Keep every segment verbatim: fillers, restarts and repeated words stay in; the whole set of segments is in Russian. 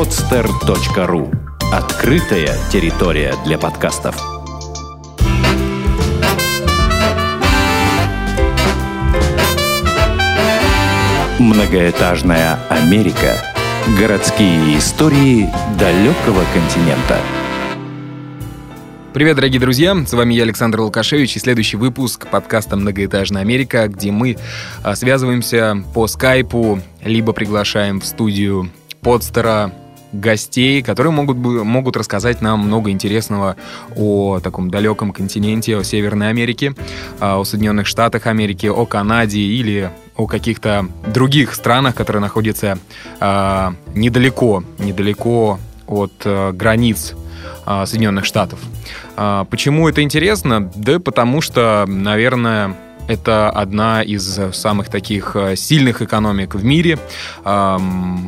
подстер точка ру. Открытая территория для подкастов. Многоэтажная Америка. Городские истории далекого континента. Привет, дорогие друзья! С вами я, Александр Лукашевич, и следующий выпуск подкаста «Многоэтажная Америка», где мы а, связываемся по скайпу, либо приглашаем в студию Подстера гостей, которые могут, могут рассказать нам много интересного о таком далеком континенте, о Северной Америке, о Соединенных Штатах Америки, о Канаде или о каких-то других странах, которые находятся э, недалеко, недалеко от э, границ э, Соединенных Штатов. Э, почему это интересно? Да потому что, наверное, это одна из самых таких сильных экономик в мире. Э,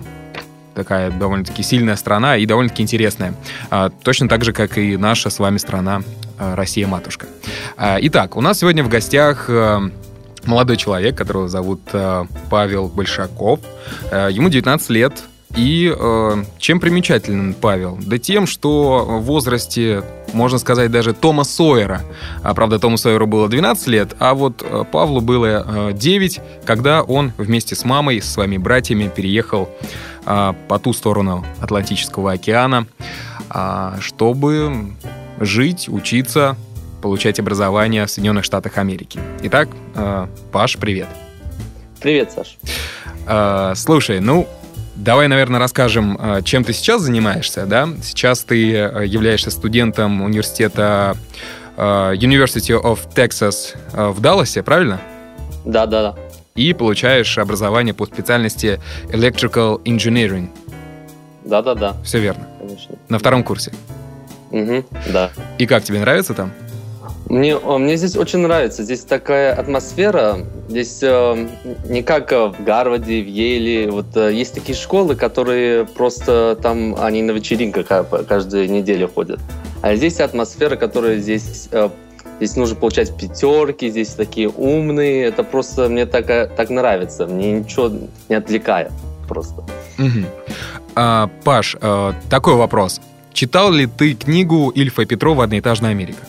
такая довольно-таки сильная страна и довольно-таки интересная. Э, точно так же, как и наша с вами страна э, Россия-матушка. Э, итак, у нас сегодня в гостях... Э, молодой человек, которого зовут э, Павел Большаков. Э, ему девятнадцать лет. И э, чем примечателен Павел? Да тем, что в возрасте, можно сказать, даже Тома Сойера. А, правда, Тому Сойеру было двенадцать лет, а вот э, Павлу было э, девять, когда он вместе с мамой, со своими братьями переехал э, по ту сторону Атлантического океана, э, чтобы жить, учиться, получать образование в Соединенных Штатах Америки. Итак, э, Паш, привет. Привет, Саш. Э, слушай, ну, давай, наверное, расскажем, э, чем ты сейчас занимаешься, да? Сейчас ты являешься студентом университета э, University of Texas э, в Далласе, правильно? Да, да, да. И получаешь образование по специальности Electrical Engineering. Да, да, да. Все верно. Конечно. На втором курсе. Угу, да. И как, тебе нравится там? Мне, мне здесь очень нравится. Здесь такая атмосфера. Здесь э, не как в Гарварде, в Йейле. Вот э, есть такие школы, которые просто там, они на вечеринках каждую неделю ходят. А здесь атмосфера, которая здесь... Э, здесь нужно получать пятерки, здесь такие умные. Это просто мне так, так нравится. Мне ничего не отвлекает просто. Угу. А, Паш, а, такой вопрос. Читал ли ты книгу Ильфа и Петрова «Одноэтажная Америка»?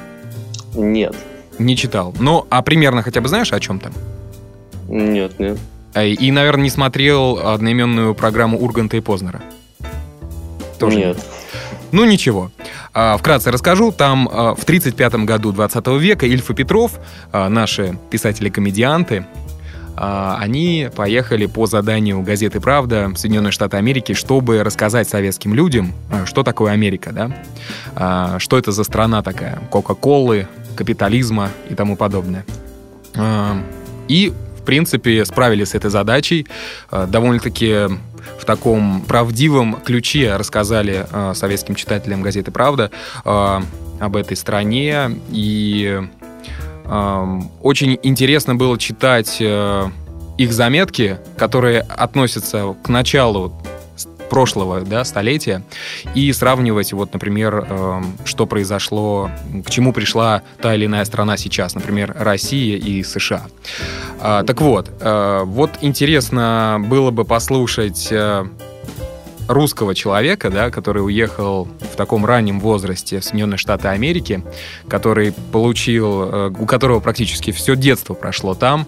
Нет. Не читал. Ну, а примерно хотя бы знаешь, о чем там? Нет, нет. И, наверное, не смотрел одноименную программу Урганта и Познера? Тоже нет. нет. Ну, ничего. Вкратце расскажу. Там в тридцать пятом году двадцатого века Ильф и Петров, наши писатели-комедианты, они поехали по заданию газеты «Правда» в Соединенные Штаты Америки, чтобы рассказать советским людям, что такое Америка, да? Что это за страна такая, Кока-Колы, капитализма и тому подобное. И, в принципе, справились с этой задачей. Довольно-таки в таком правдивом ключе рассказали советским читателям газеты «Правда» об этой стране. И очень интересно было читать их заметки, которые относятся к началу прошлого, да, столетия, и сравнивать, вот, например, что произошло, к чему пришла та или иная страна сейчас, например, Россия и США. Так вот, вот интересно было бы послушать русского человека, да, который уехал в таком раннем возрасте в Соединенные Штаты Америки, который получил, у которого практически все детство прошло там,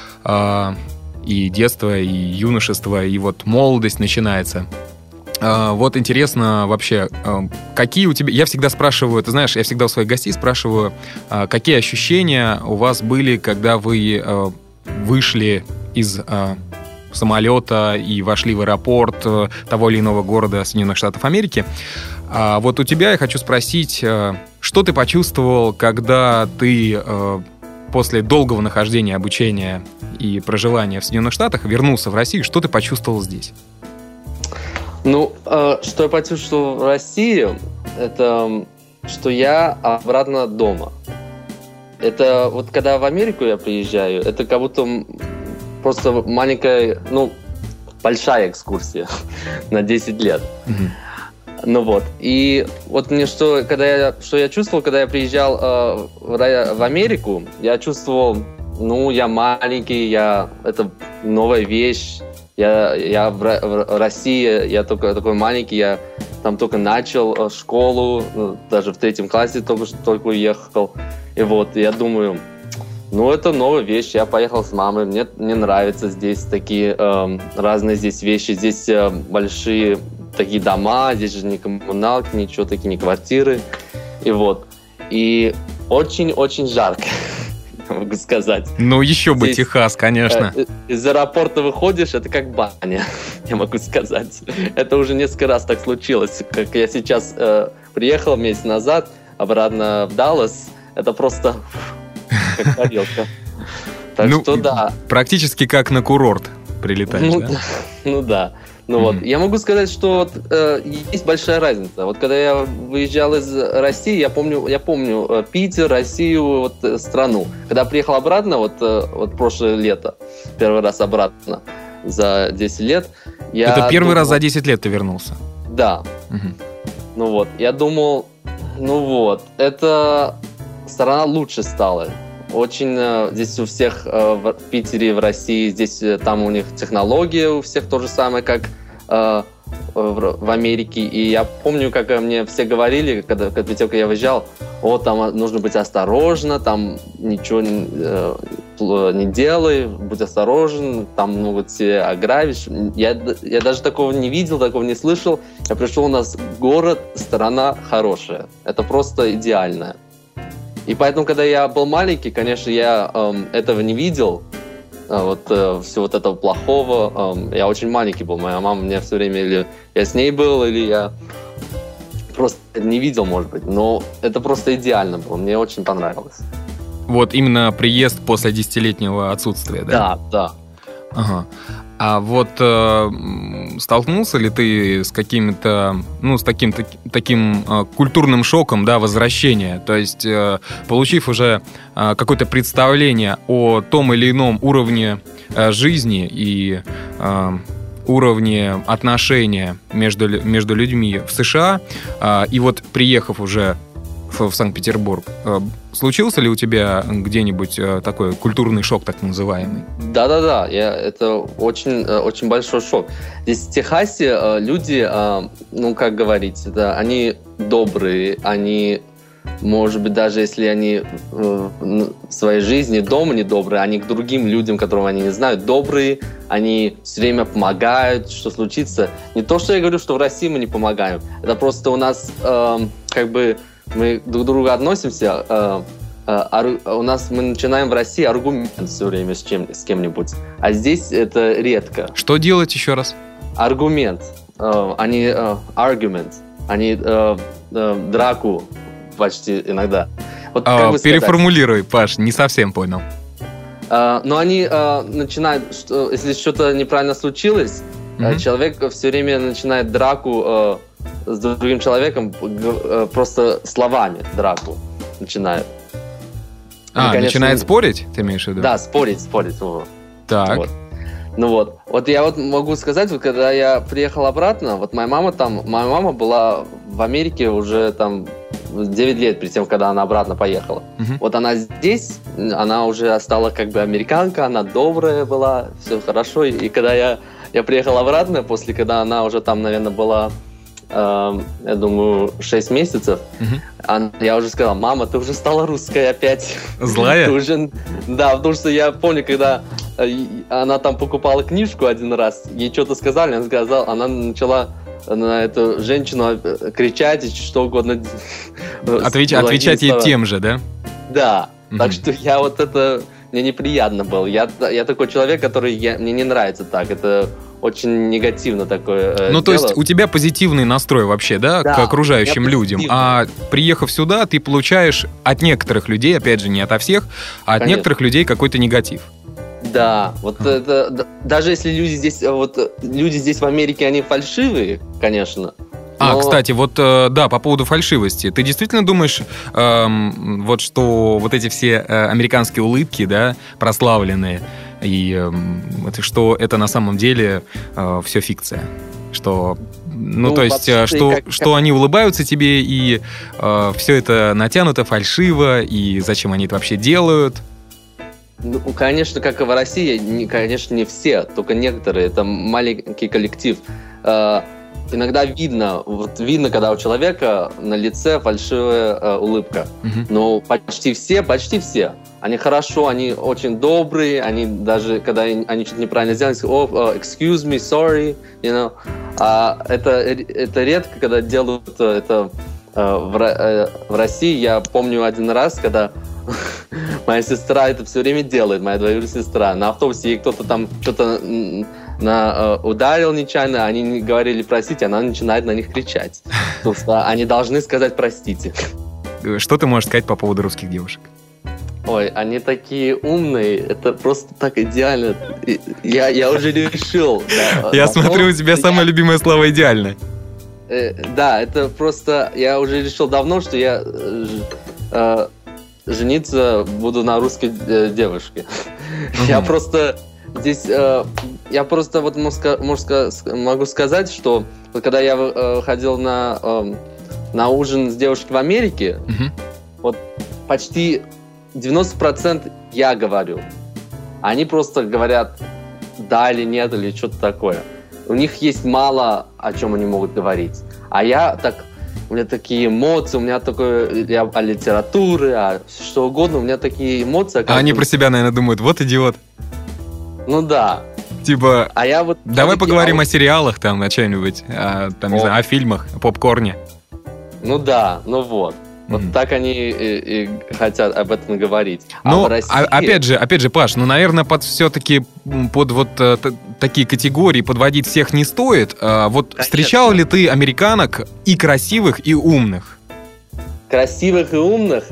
и детство, и юношество, и вот молодость начинается. Вот интересно вообще, какие у тебя... Я всегда спрашиваю, ты знаешь, я всегда у своих гостей спрашиваю, какие ощущения у вас были, когда вы вышли из самолета и вошли в аэропорт того или иного города Соединенных Штатов Америки. А вот у тебя я хочу спросить, что ты почувствовал, когда ты после долгого нахождения, обучения и проживания в Соединенных Штатах вернулся в Россию? Что ты почувствовал здесь? Ну, что я почувствовал в России, это что я обратно дома. Это вот когда в Америку я приезжаю, это как будто... Просто маленькая, ну, большая экскурсия на десять лет. Mm-hmm. Ну вот. И вот мне что, когда я, что я чувствовал, когда я приезжал э, в, в Америку, я чувствовал, ну, я маленький, я, это новая вещь, Я, я в, в России, я только такой маленький, я там только начал школу, ну, даже в третьем классе только, только уехал. И вот, я думаю, ну, это новая вещь. Я поехал с мамой, мне, мне нравятся здесь такие э, разные здесь вещи. Здесь э, большие такие дома, здесь же не коммуналки, ничего, такие не квартиры. И вот. И очень-очень жарко, могу сказать. Ну, еще бы здесь, Техас, конечно. Э, из аэропорта выходишь, это как баня, я могу сказать. Это уже несколько раз так случилось. Как я сейчас э, приехал месяц назад обратно в Даллас, это просто... как тарелка. Так ну, что да. Практически как на курорт прилетаешь, ну, да? да? Ну да. Ну mm-hmm. вот. Я могу сказать, что вот, э, есть большая разница. Вот когда я выезжал из России, я помню, я помню э, Питер, Россию, вот, э, страну. Когда приехал обратно, вот, э, вот прошлое лето, первый раз обратно за десять лет. Я Это первый думал, раз за десять лет ты вернулся? Да. Mm-hmm. Ну вот. Я думал, ну вот, эта страна лучше стала. Очень э, здесь у всех э, в Питере, в России, здесь э, там у них технология у всех то же самое, как э, в, в Америке. И я помню, как мне все говорили, когда, когда только я выезжал, о, там нужно быть осторожно, там ничего не, э, не делай, будь осторожен, там могут тебя ограбить. Я, я даже такого не видел, такого не слышал. Я пришел, у нас город, страна хорошая. Это просто идеальная. И поэтому, когда я был маленький, конечно, я эм, этого не видел, э, вот э, всего вот этого плохого. Эм, я очень маленький был, моя мама мне все время, или я с ней был, или я просто не видел, может быть. Но это просто идеально было, мне очень понравилось. Вот именно приезд после десятилетнего отсутствия, да? Да, да. Ага. А вот э, столкнулся ли ты с каким-то, ну, с таким, так, таким э, культурным шоком, да, возвращения? То есть, э, получив уже э, какое-то представление о том или ином уровне э, жизни и э, уровне отношения между, между людьми в США, э, и вот приехав уже в, в Санкт-Петербург, э, случился ли у тебя где-нибудь э, такой культурный шок, так называемый? Да-да-да, я, это очень, очень большой шок. Здесь в Техасе э, люди, э, ну, как говорить, да, они добрые, они, может быть, даже если они э, в своей жизни дома не добрые, они к другим людям, которых они не знают, добрые, они все время помогают, что случится. Не то, что я говорю, что в России мы не помогаем, это просто у нас э, как бы мы друг к другу относимся, э, э, у нас мы начинаем в России аргумент все время с, чем, с кем-нибудь, а здесь это редко. Что делать еще раз? Аргумент, э, они э, argument, они э, э, драку почти иногда. Вот, а, как бы переформулируй, сказать? Паш, не совсем понял. Э, но они э, начинают, что, если что-то неправильно случилось, mm-hmm. э, человек все время начинает драку э, с другим человеком, просто словами драку начинает. А, и, конечно, начинает спорить, ты имеешь в виду? Да, спорить, спорить. Вот. Так. Вот. Ну вот. Вот я вот могу сказать, вот когда я приехал обратно, вот моя мама там, моя мама была в Америке уже там девять лет перед тем, когда она обратно поехала. Uh-huh. Вот она здесь, она уже стала как бы американка, она добрая была, все хорошо. И когда я, я приехал обратно, после когда она уже там, наверное, была, я думаю, шесть месяцев, uh-huh. я уже сказал: мама, ты уже стала русская опять. Злая? Ты уже... Да, потому что я помню, когда она там покупала книжку один раз, ей что-то сказали, она сказала, она начала на эту женщину кричать и что угодно. Отвеч... Отвечать ей тем же, да? Да, uh-huh. так что я вот это... Мне неприятно было. Я, я такой человек, который... Я, мне не нравится так. Это очень негативно такое э, Ну, то дело. есть у тебя позитивный настрой вообще, да, да, к окружающим людям. А приехав сюда, ты получаешь от некоторых людей, опять же, не ото всех, а от Конечно. некоторых людей какой-то негатив. Да, вот а. это... Да, даже если люди здесь... Вот, люди здесь в Америке, они фальшивые, конечно. А, Но... кстати, вот, э, да, по поводу фальшивости. Ты действительно думаешь, эм, вот что вот эти все э, американские улыбки, да, прославленные, и э, что это на самом деле э, все фикция? Что, ну, ну то есть, что, как, что как... они улыбаются тебе, и э, все это натянуто, фальшиво, и зачем они это вообще делают? Ну, конечно, как и в России, не, конечно, не все, только некоторые. Это маленький коллектив. Э, иногда видно, вот видно, когда у человека на лице фальшивая э, улыбка. Uh-huh. Но почти все, почти все. Они хорошо, они очень добрые, они даже, когда они что-то неправильно сделали, oh, uh, excuse me, sorry, you know. А это, это редко, когда делают это uh, в, uh, в России. Я помню один раз, когда моя сестра это все время делает, моя двоюродная сестра. На автобусе ей кто-то там что-то на, uh, ударил нечаянно, они не говорили простите, она начинает на них кричать. Потому что они должны сказать простите. Что ты можешь сказать по поводу русских девушек? Ой, они такие умные, это просто так идеально. Я, я уже решил. Да, я смотрю, у тебя я... самое любимое слово «идеально». Э, да, это просто... Я уже решил давно, что я э, жениться буду на русской э, девушке. Mm-hmm. Я просто... Здесь... Э, я просто вот могу сказать, что когда я э, ходил на, э, на ужин с девушкой в Америке, mm-hmm. вот почти... девяносто процентов я говорю. Они просто говорят да или нет, или что-то такое. У них есть мало, о чем они могут говорить. А я так... У меня такие эмоции, у меня такое... Я о литературе, о что угодно. У меня такие эмоции... А они про себя, наверное, думают, вот идиот. Ну да. Типа, а я вот давай поговорим а... о сериалах там, о чем-нибудь, о, там, не о... знаю, о фильмах, о попкорне. Ну да, ну вот. Вот mm-hmm. так они и, и хотят об этом говорить. Ну, а России... а, опять же, опять же, Паш, ну, наверное, под все-таки под вот т- такие категории подводить всех не стоит. А, вот Конечно. Встречал ли ты американок и красивых, и умных? Красивых и умных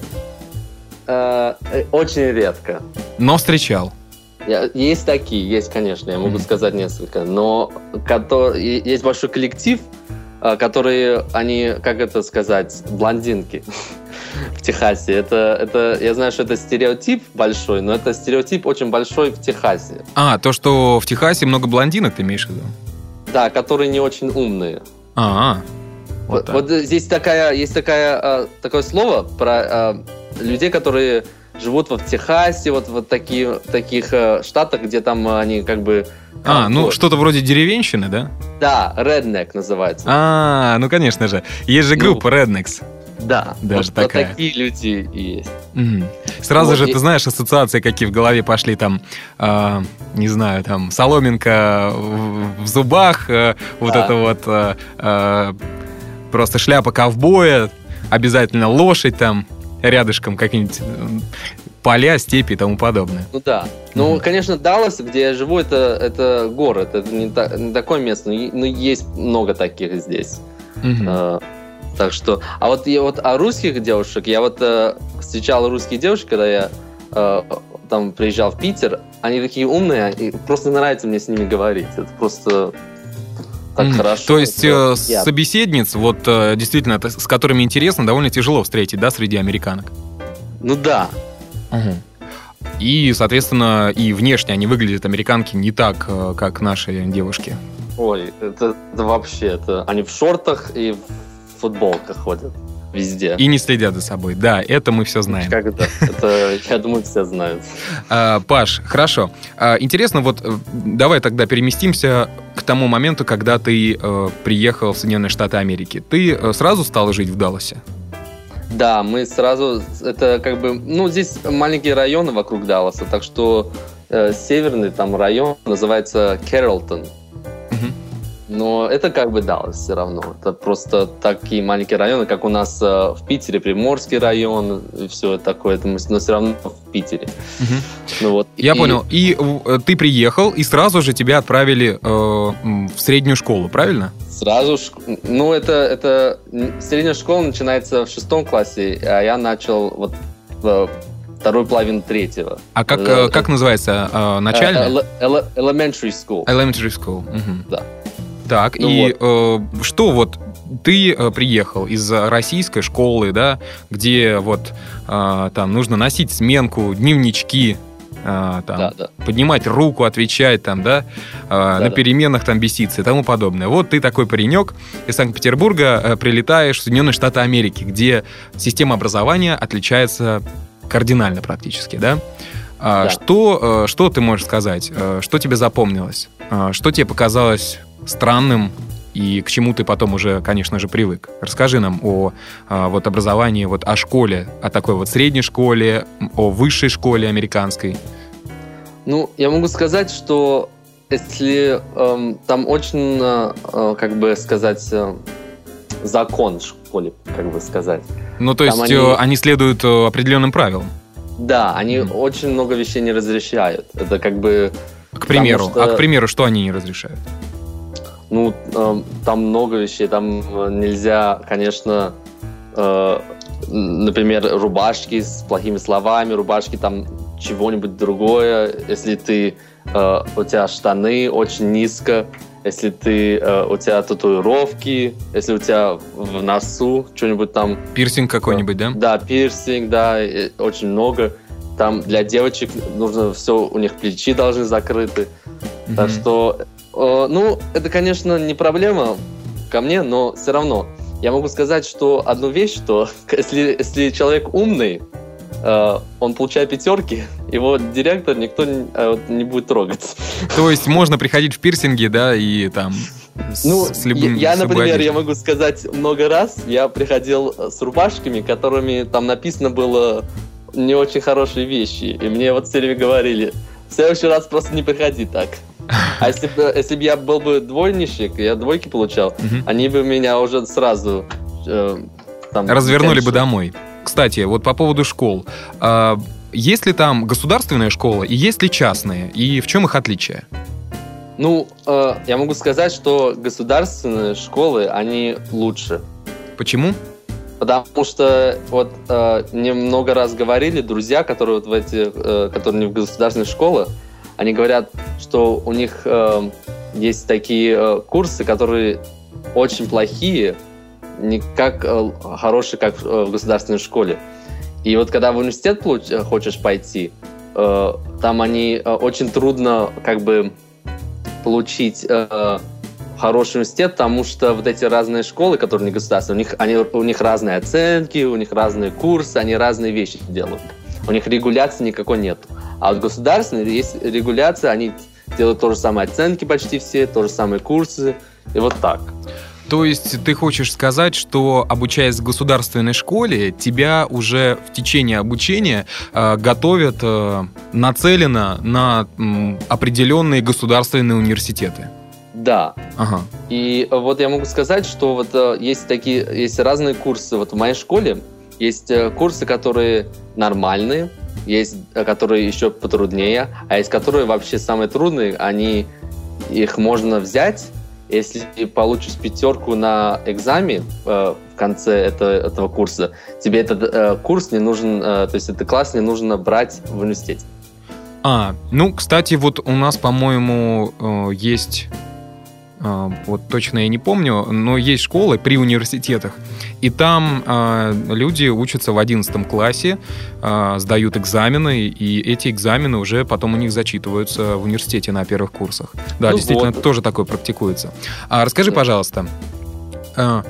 э, очень редко. Но встречал. Я, есть такие, есть, конечно, я могу mm-hmm. сказать несколько. Но который, есть большой коллектив, которые, они, как это сказать, блондинки в Техасе. Это, это, я знаю, что это стереотип большой, но это стереотип очень большой в Техасе. А, то, что в Техасе много блондинок, ты имеешь в виду? Да, которые не очень умные. А, вот, вот, вот здесь такая, есть такая, такое слово про людей, которые живут вот в Техасе, вот в вот такие, таких э, штатах, где там они как бы... А, ну вот. Что-то вроде деревенщины, да? Да, redneck называется. А, ну конечно же. Есть же группа ну, Rednecks. Да, даже вот, такая. Вот такие люди и есть. Угу. Сразу вот, же, и... ты знаешь, ассоциации какие в голове пошли там, э, не знаю, там, соломинка в, в зубах, э, вот да. это вот э, э, просто шляпа ковбоя, обязательно лошадь там, рядышком какие-нибудь поля, степи и тому подобное. Ну да. Ну, mm-hmm. конечно, Даллас, где я живу, это, это город, это не, та, не такое место, но есть много таких здесь. Mm-hmm. А, так что... А вот, и вот о русских девушек, я вот а, встречал русские девушки, когда я а, там приезжал в Питер, они такие умные, и просто нравится мне с ними говорить. Это просто... Так mm. хорошо. То есть э, собеседниц, вот э, действительно, с которыми интересно, довольно тяжело встретить, да, среди американок? Ну да. Угу. И, соответственно, и внешне они выглядят, американки, не так, э, как наши девушки. Ой, это, это вообще, это они в шортах и в футболках ходят везде. И не следят за собой. Да, это мы все знаем. Как это? Это, я думаю, все знают. А, Паш, хорошо. А, интересно, вот давай тогда переместимся к тому моменту, когда ты э, приехал в Соединенные Штаты Америки. Ты э, сразу стал жить в Далласе? Да, мы сразу... Это как бы... Ну, здесь маленькие районы вокруг Далласа, так что э, северный там район называется Кэрролтон. Но это как бы Даллас все равно. Это просто такие маленькие районы, как у нас э, в Питере, Приморский район, и все такое. Это мы, но все равно в Питере. Угу. Ну, вот, Я и... понял. И э, ты приехал, и сразу же тебя отправили э, в среднюю школу, правильно? Сразу. Ну, это, это... Средняя школа начинается в шестом классе, а я начал вот в вторую половину третьего. А как, э, как называется? Э, начальная? Ele- ele- elementary school. Elementary school. Угу. Да. Так, ну и вот. э, что вот ты э, приехал из российской школы, да, где вот э, там нужно носить сменку, дневнички, э, там, да, да. поднимать руку, отвечать там, да, э, да на да. переменах там беситься и тому подобное. Вот ты такой паренек из Санкт-Петербурга э, прилетаешь в Соединенные Штаты Америки, где система образования отличается кардинально практически, да. А, Да. что, э, что ты можешь сказать? Э, Что тебе запомнилось? Э, Что тебе показалось странным и к чему ты потом уже, конечно же, привык? Расскажи нам о э, вот образовании, вот о школе, о такой вот средней школе, о высшей школе американской. Ну, я могу сказать, что если эм, там очень, э, э, как бы сказать, э, закон в школе, как бы сказать. Ну, то Там есть они- э, они следуют э, определенным правилам. Да, они Мгм. очень много вещей не разрешают. Это как бы, К примеру, что- а к примеру, что они не разрешают? ну, эм, там много вещей. Там э, нельзя, конечно, э, н- например, рубашки с плохими словами, рубашки там чего-нибудь другое. Если ты, э, у тебя штаны очень низко, если ты, э, у тебя татуировки, если у тебя в носу что-нибудь там. Пирсинг какой-нибудь, да? Да, пирсинг, да, и очень много. Там для девочек нужно все, у них плечи должны закрыты. Так Мгм. что, э, ну, это, конечно, не проблема ко мне, но все равно я могу сказать, что одну вещь, что если, если человек умный, э, он получает пятерки, его директор никто не, э, вот не будет трогать. То есть можно приходить в пирсинге, да, и там с, Ну, с любым... я, с любой например, одеждой. я могу сказать, много раз я приходил с рубашками, которыми там написано было не очень хорошие вещи. И мне вот все время говорили, в следующий раз просто не приходи так. А если бы, если бы я был бы двойничек, я двойки получал, Мгм. они бы меня уже сразу э, там... Развернули бы кэнши. домой. Кстати, вот по поводу школ. А, есть ли там государственная школа и есть ли частные? И в чем их отличие? Ну, э, я могу сказать, что государственные школы, они лучше. Почему? Потому что вот э, мне много раз говорили друзья, которые вот в эти, э, которые не в государственных школах, они говорят, что у них э, есть такие э, курсы, которые очень плохие, не как э, хорошие, как в, э, в государственной школе. И вот когда в университет получ- э, хочешь пойти, э, там они э, очень трудно как бы получить э, хороший университет, потому что вот эти разные школы, которые не государственные, у них, они, у них разные оценки, у них разные курсы, они разные вещи делают. У них регуляции никакой нет. А вот государственные есть регуляция, они делают то же самое оценки почти все, то же самые курсы, и вот так. То есть ты хочешь сказать, что, обучаясь в государственной школе, тебя уже в течение обучения э, готовят э, нацеленно на м, определенные государственные университеты? Да. Ага. И вот я могу сказать, что вот э, есть такие, есть разные курсы. Вот в моей школе есть э, курсы, которые нормальные, есть, э, которые еще потруднее, а есть, которые вообще самые трудные. Они, их можно взять, если ты получишь пятерку на экзамен э, в конце это, этого курса, тебе этот э, курс не нужен, э, то есть этот класс не нужно брать в университете. А, ну, кстати, вот у нас, по-моему, э, есть... э, Вот точно я не помню, но есть школы при университетах, и там э, люди учатся в одиннадцатом классе, э, сдают экзамены, и эти экзамены уже потом у них зачитываются в университете на первых курсах. Да, Ну действительно, вот. тоже такое практикуется. А расскажи, Да. пожалуйста, э,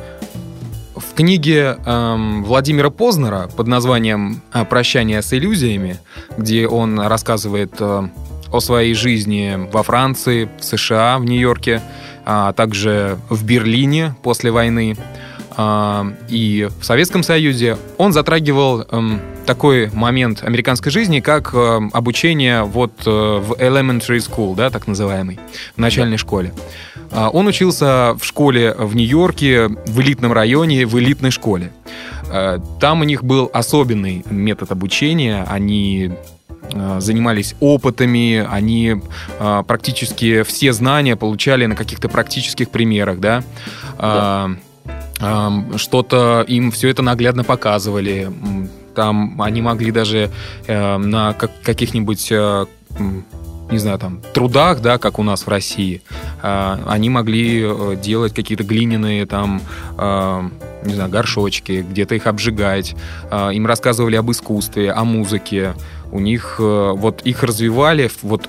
в книге эм, Владимира Познера под названием э, «Прощание с иллюзиями», где он рассказывает э, о своей жизни во Франции, в США, в Нью-Йорке, а также в Берлине после войны а, и в Советском Союзе, он затрагивал эм, такой момент американской жизни, как э, обучение вот э, в elementary school, да, так называемый, в начальной школе. А, он учился в школе в Нью-Йорке, в элитном районе, в элитной школе. А, там у них был особенный метод обучения, они занимались опытами, они э, практически все знания получали на каких-то практических примерах, да, Да. Э, э, что-то им все это наглядно показывали, там они могли даже э, на как- каких-нибудь, э, не знаю, там, трудах, да, как у нас в России, э, они могли э, делать какие-то глиняные там, э, не знаю, горшочки, где-то их обжигать, э, им рассказывали об искусстве, о музыке. У них э, вот их развивали вот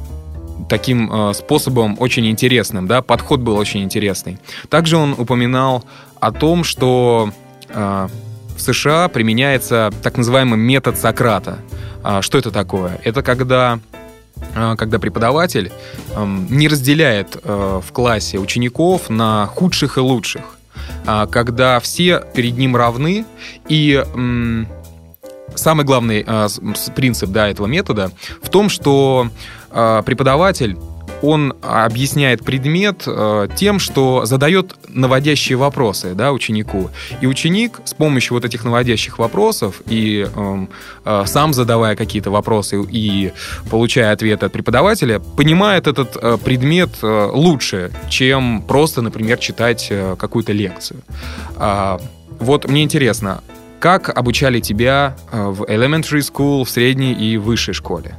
таким э, способом очень интересным, да, подход был очень интересный. Также он упоминал о том, что э, в США применяется так называемый метод Сократа. А, что это такое? Это когда, а, когда преподаватель а, не разделяет а, в классе учеников на худших и лучших, а, когда все перед ним равны, и м, самый главный а, принцип, да, этого метода в том, что а, преподаватель он объясняет предмет э, тем, что задает наводящие вопросы, да, ученику. И ученик с помощью вот этих наводящих вопросов и э, э, сам задавая какие-то вопросы и получая ответы от преподавателя, понимает этот э, предмет э, лучше, чем просто, например, читать э, какую-то лекцию. А, вот мне интересно, как обучали тебя э, в elementary school, в средней и высшей школе?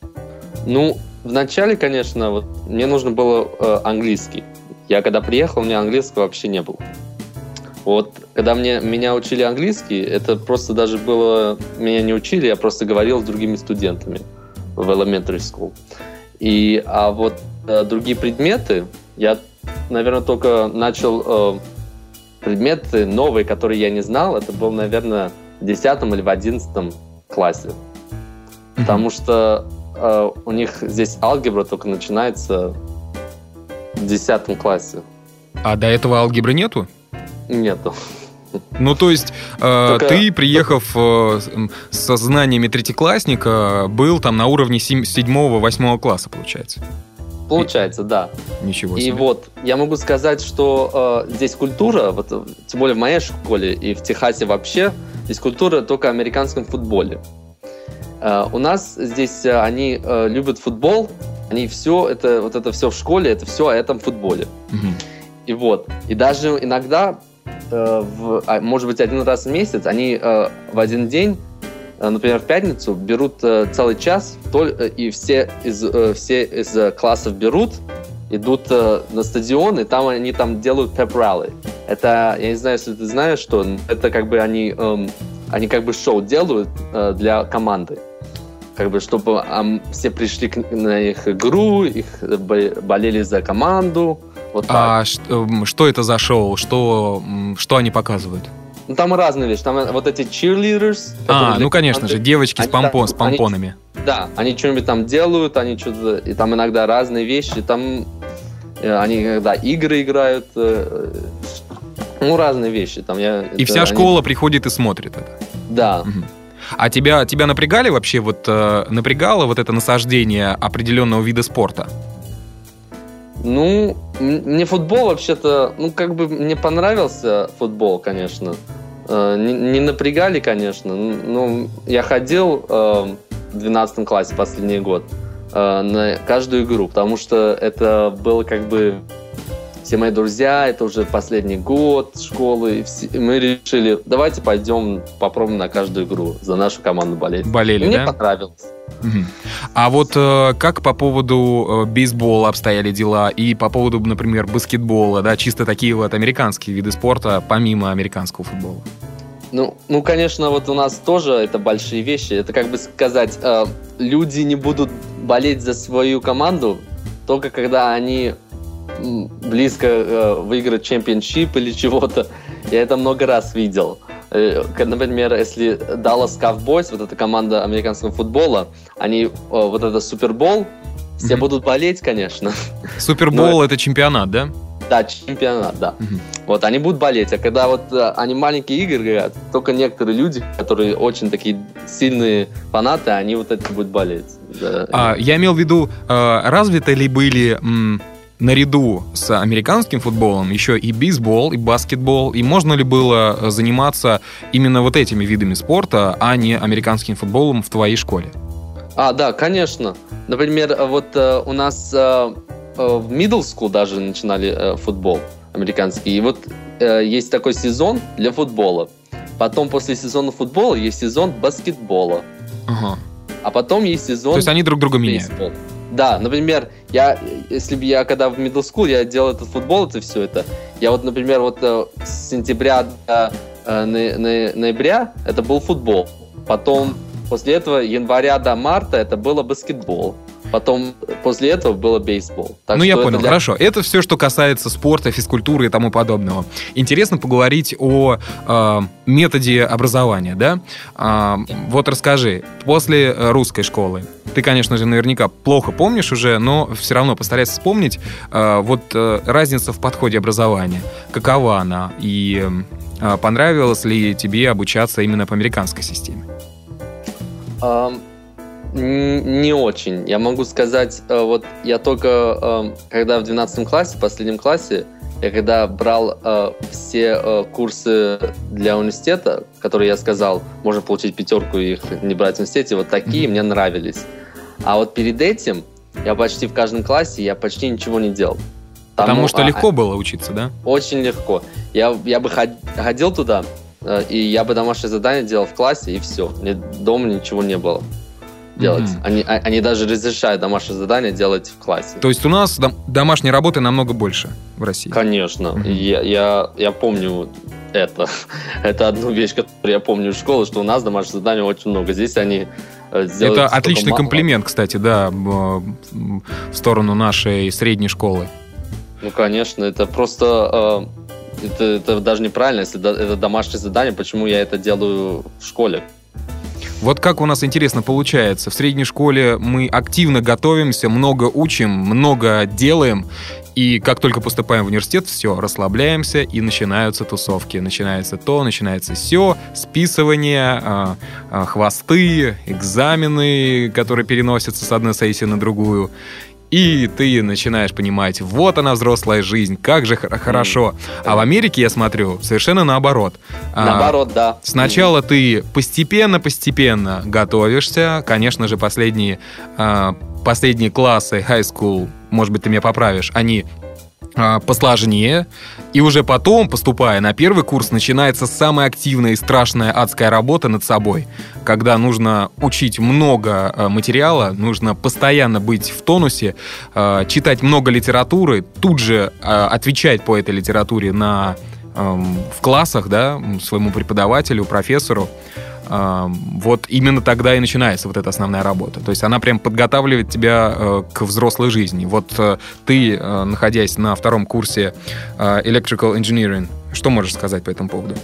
Ну, вначале, конечно, вот, мне нужно было э, английский. Я когда приехал, у меня английского вообще не было. Вот, когда мне, меня учили английский, это просто даже было... Меня не учили, я просто говорил с другими студентами в elementary school. И, а вот э, другие предметы, я, наверное, только начал... Э, предметы новые, которые я не знал, это был, наверное, в десятом или в одиннадцатом классе. Mm-hmm. Потому что Uh, у них здесь алгебра только начинается в десятом классе. А до этого алгебры нету? Нету. Ну, то есть э, только... ты, приехав э, со знаниями третьеклассника, был там на уровне седьмого-восьмого класса, получается? Получается, И... да. Ничего себе. И вот, я могу сказать, что э, здесь культура, вот, тем более в моей школе и в Техасе вообще, здесь культура только в американском футболе. Uh, у нас здесь uh, они uh, любят футбол, они все, это, вот это все в школе, это все о этом футболе. Mm-hmm. И вот, и даже иногда, uh, в, может быть, один раз в месяц, они uh, в один день, uh, например, в пятницу, берут uh, целый час, то, uh, и все из, uh, все из uh, классов берут, идут uh, на стадион, и там они там делают пеп-ралли. Это, я не знаю, если ты знаешь, что это как бы они, um, они как бы шоу делают uh, для команды. Как бы, чтобы а, все пришли к, на их игру, их болели за команду. Вот а что, что это за шоу? Что, что они показывают? Ну, там разные вещи. Там вот эти cheerleaders. А, ну, конечно команды, же, девочки с, помпон, там, с помпонами. Они, да, они что-нибудь там делают, они что-то... И там иногда разные вещи. Там они иногда игры играют. Ну, разные вещи. Там я, и это, вся они... школа приходит и смотрит это? Да. Угу. А тебя, тебя напрягали вообще, вот э, напрягало вот это насаждение определенного вида спорта? Ну, мне футбол вообще-то, ну, как бы мне понравился футбол, конечно. Э, не, не напрягали, конечно. Ну, я ходил э, в двенадцатом классе последний год э, на каждую игру, потому что это было как бы... Все мои друзья, это уже последний год школы, и все, и мы решили, давайте пойдем попробуем на каждую игру за нашу команду болеть. Болели, Мне да? Мне понравилось. Угу. А вот э, как по поводу э, бейсбола обстояли дела и по поводу, например, баскетбола, да, чисто такие вот американские виды спорта, помимо американского футбола? Ну, ну, конечно, вот у нас тоже это большие вещи. Это, как бы сказать, э, люди не будут болеть за свою команду только когда они близко э, выиграть чемпионшип или чего-то. Я это много раз видел. Э, например, если Dallas Cowboys, вот эта команда американского футбола, они э, вот это Супербол, все mm-hmm. будут болеть, конечно. Супербол Но... это чемпионат, да? Да, чемпионат, да. Mm-hmm. Вот, они будут болеть. А когда вот э, они маленькие игры играют, только некоторые люди, которые очень такие сильные фанаты, они вот это будут болеть. Да. А, я имел в виду, э, развиты ли были... М- наряду с американским футболом еще и бейсбол, и баскетбол, и можно ли было заниматься именно вот этими видами спорта, а не американским футболом в твоей школе? А, да, конечно. Например, вот э, у нас э, э, в middle school даже начинали э, футбол американский, и вот э, есть такой сезон для футбола. Потом после сезона футбола есть сезон баскетбола. Ага. А потом есть сезон... То есть они друг друга меняют? Бейсбол. Да, например, я, если бы я когда в middle school, я делал этот футбол, это все это. Я вот, например, вот с сентября до э, ноября это был футбол. Потом после этого января до марта это было баскетбол. Потом после этого было бейсбол. Так ну, я понял, для... хорошо. Это все, что касается спорта, физкультуры и тому подобного. Интересно поговорить о э, методе образования, да? Э, вот расскажи, после русской школы, ты, конечно же, наверняка плохо помнишь уже, но все равно постарайся вспомнить, э, вот э, разница в подходе образования. Какова она? И э, понравилось ли тебе обучаться именно по американской системе? Um... Не очень. Я могу сказать, вот я только, когда в двенадцатом классе, в последнем классе, я когда брал все курсы для университета, которые я сказал, можно получить пятерку и их не брать в университете, вот такие mm-hmm. мне нравились. А вот перед этим я почти в каждом классе, я почти ничего не делал. Потому Тому, что а, легко было учиться, да? Очень легко. Я, я бы ходил туда, и я бы домашнее задание делал в классе, и все. Мне дома ничего не было делать. Mm-hmm. Они, они даже разрешают домашнее задание делать в классе. То есть у нас дом- домашней работы намного больше в России? Конечно. Mm-hmm. Я, я, я помню это. Это одну вещь, которую я помню из школы, что у нас домашнее задание очень много. Здесь они сделают... Это отличный мало. комплимент, кстати, да, в сторону нашей средней школы. Ну, конечно. Это просто... Это, это даже неправильно. Если это домашнее задание, почему я это делаю в школе? Вот как у нас интересно получается. В средней школе мы активно готовимся, много учим, много делаем. И как только поступаем в университет, все, расслабляемся, и начинаются тусовки. Начинается то, начинается сё, списывание, э, э, хвосты, экзамены, которые переносятся с одной сессии на другую. И ты начинаешь понимать, вот она, взрослая жизнь, как же хорошо. А в Америке, я смотрю, совершенно наоборот. Наоборот, а, да. Сначала ты постепенно-постепенно готовишься. Конечно же, последние, а, последние классы, high school, может быть, ты меня поправишь, они а, посложнее. И уже потом, поступая на первый курс, начинается самая активная и страшная адская работа над собой, когда нужно учить много материала, нужно постоянно быть в тонусе, читать много литературы, тут же отвечать по этой литературе на, в классах, да, своему преподавателю, профессору. Вот именно тогда и начинается вот эта основная работа. То есть она прям подготавливает тебя к взрослой жизни. Вот ты, находясь на втором курсе Electrical Engineering, что можешь сказать по этому поводу?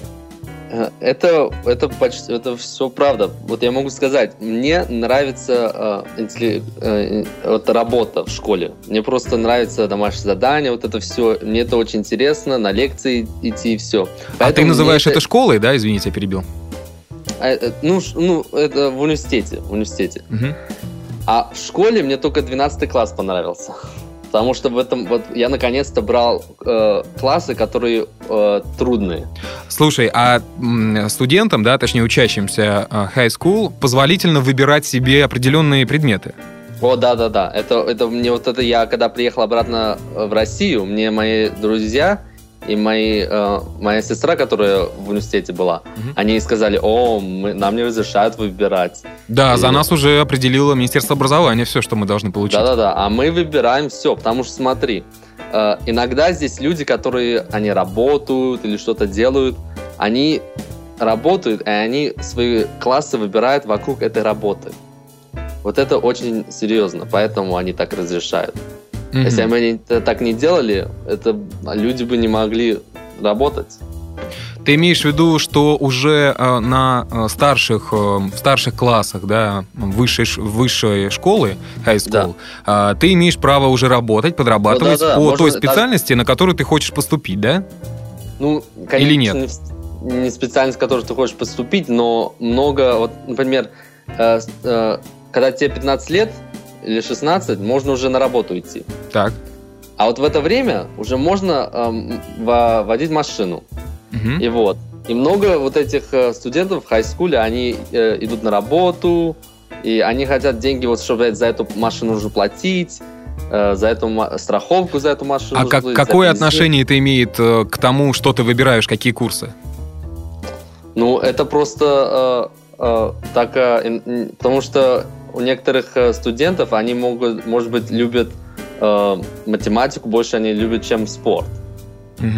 Это, это, почти, это все правда. Вот я могу сказать, мне нравится э, интелли, э, вот работа в школе. Мне просто нравится домашнее задание, вот это все. Мне это очень интересно, на лекции идти и все. Поэтому а ты называешь это... это школой, да? Извините, я перебил. А, ну, ну, это в университете. В университете. Угу. А в школе мне только двенадцатый класс понравился. Потому что в этом вот я наконец-то брал э, классы, которые э, трудные. Слушай, а м, студентам, да, точнее учащимся э, high school, позволительно выбирать себе определенные предметы? О, да-да-да. Это, это мне вот это я, когда приехал обратно в Россию, мне мои друзья и мои, э, моя сестра, которая в университете была, угу. они сказали, о, мы, нам не разрешают выбирать. Да, и... за нас уже определило Министерство образования все, что мы должны получить. Да-да-да, а мы выбираем все, потому что смотри, э, иногда здесь люди, которые, они работают или что-то делают, они работают, и они свои классы выбирают вокруг этой работы. Вот это очень серьезно, поэтому они так разрешают. Mm-hmm. Если бы они так не делали, это люди бы не могли работать. Ты имеешь в виду, что уже э, на э, старших, э, старших классах, да, высшей, высшей школы, high school, да. э, ты имеешь право уже работать, подрабатывать ну, да, да. по Можно той специальности, даже... на которую ты хочешь поступить, да? Ну, конечно, или нет? Не специальность, в которую ты хочешь поступить, но много, вот, например, э, э, когда тебе пятнадцать лет, или шестнадцать, можно уже на работу идти. Так. А вот в это время уже можно эм, водить машину. Угу. И вот. И много вот этих э, студентов в хай-скуле, они э, идут на работу, и они хотят деньги, вот, чтобы за эту машину уже платить, э, за эту ма- страховку за эту машину. А как, какое отношение это имеет э, к тому, что ты выбираешь, какие курсы? Ну, это просто э, э, так, э, потому что у некоторых студентов, они могут, может быть, любят э, математику больше, они любят, чем спорт. Угу.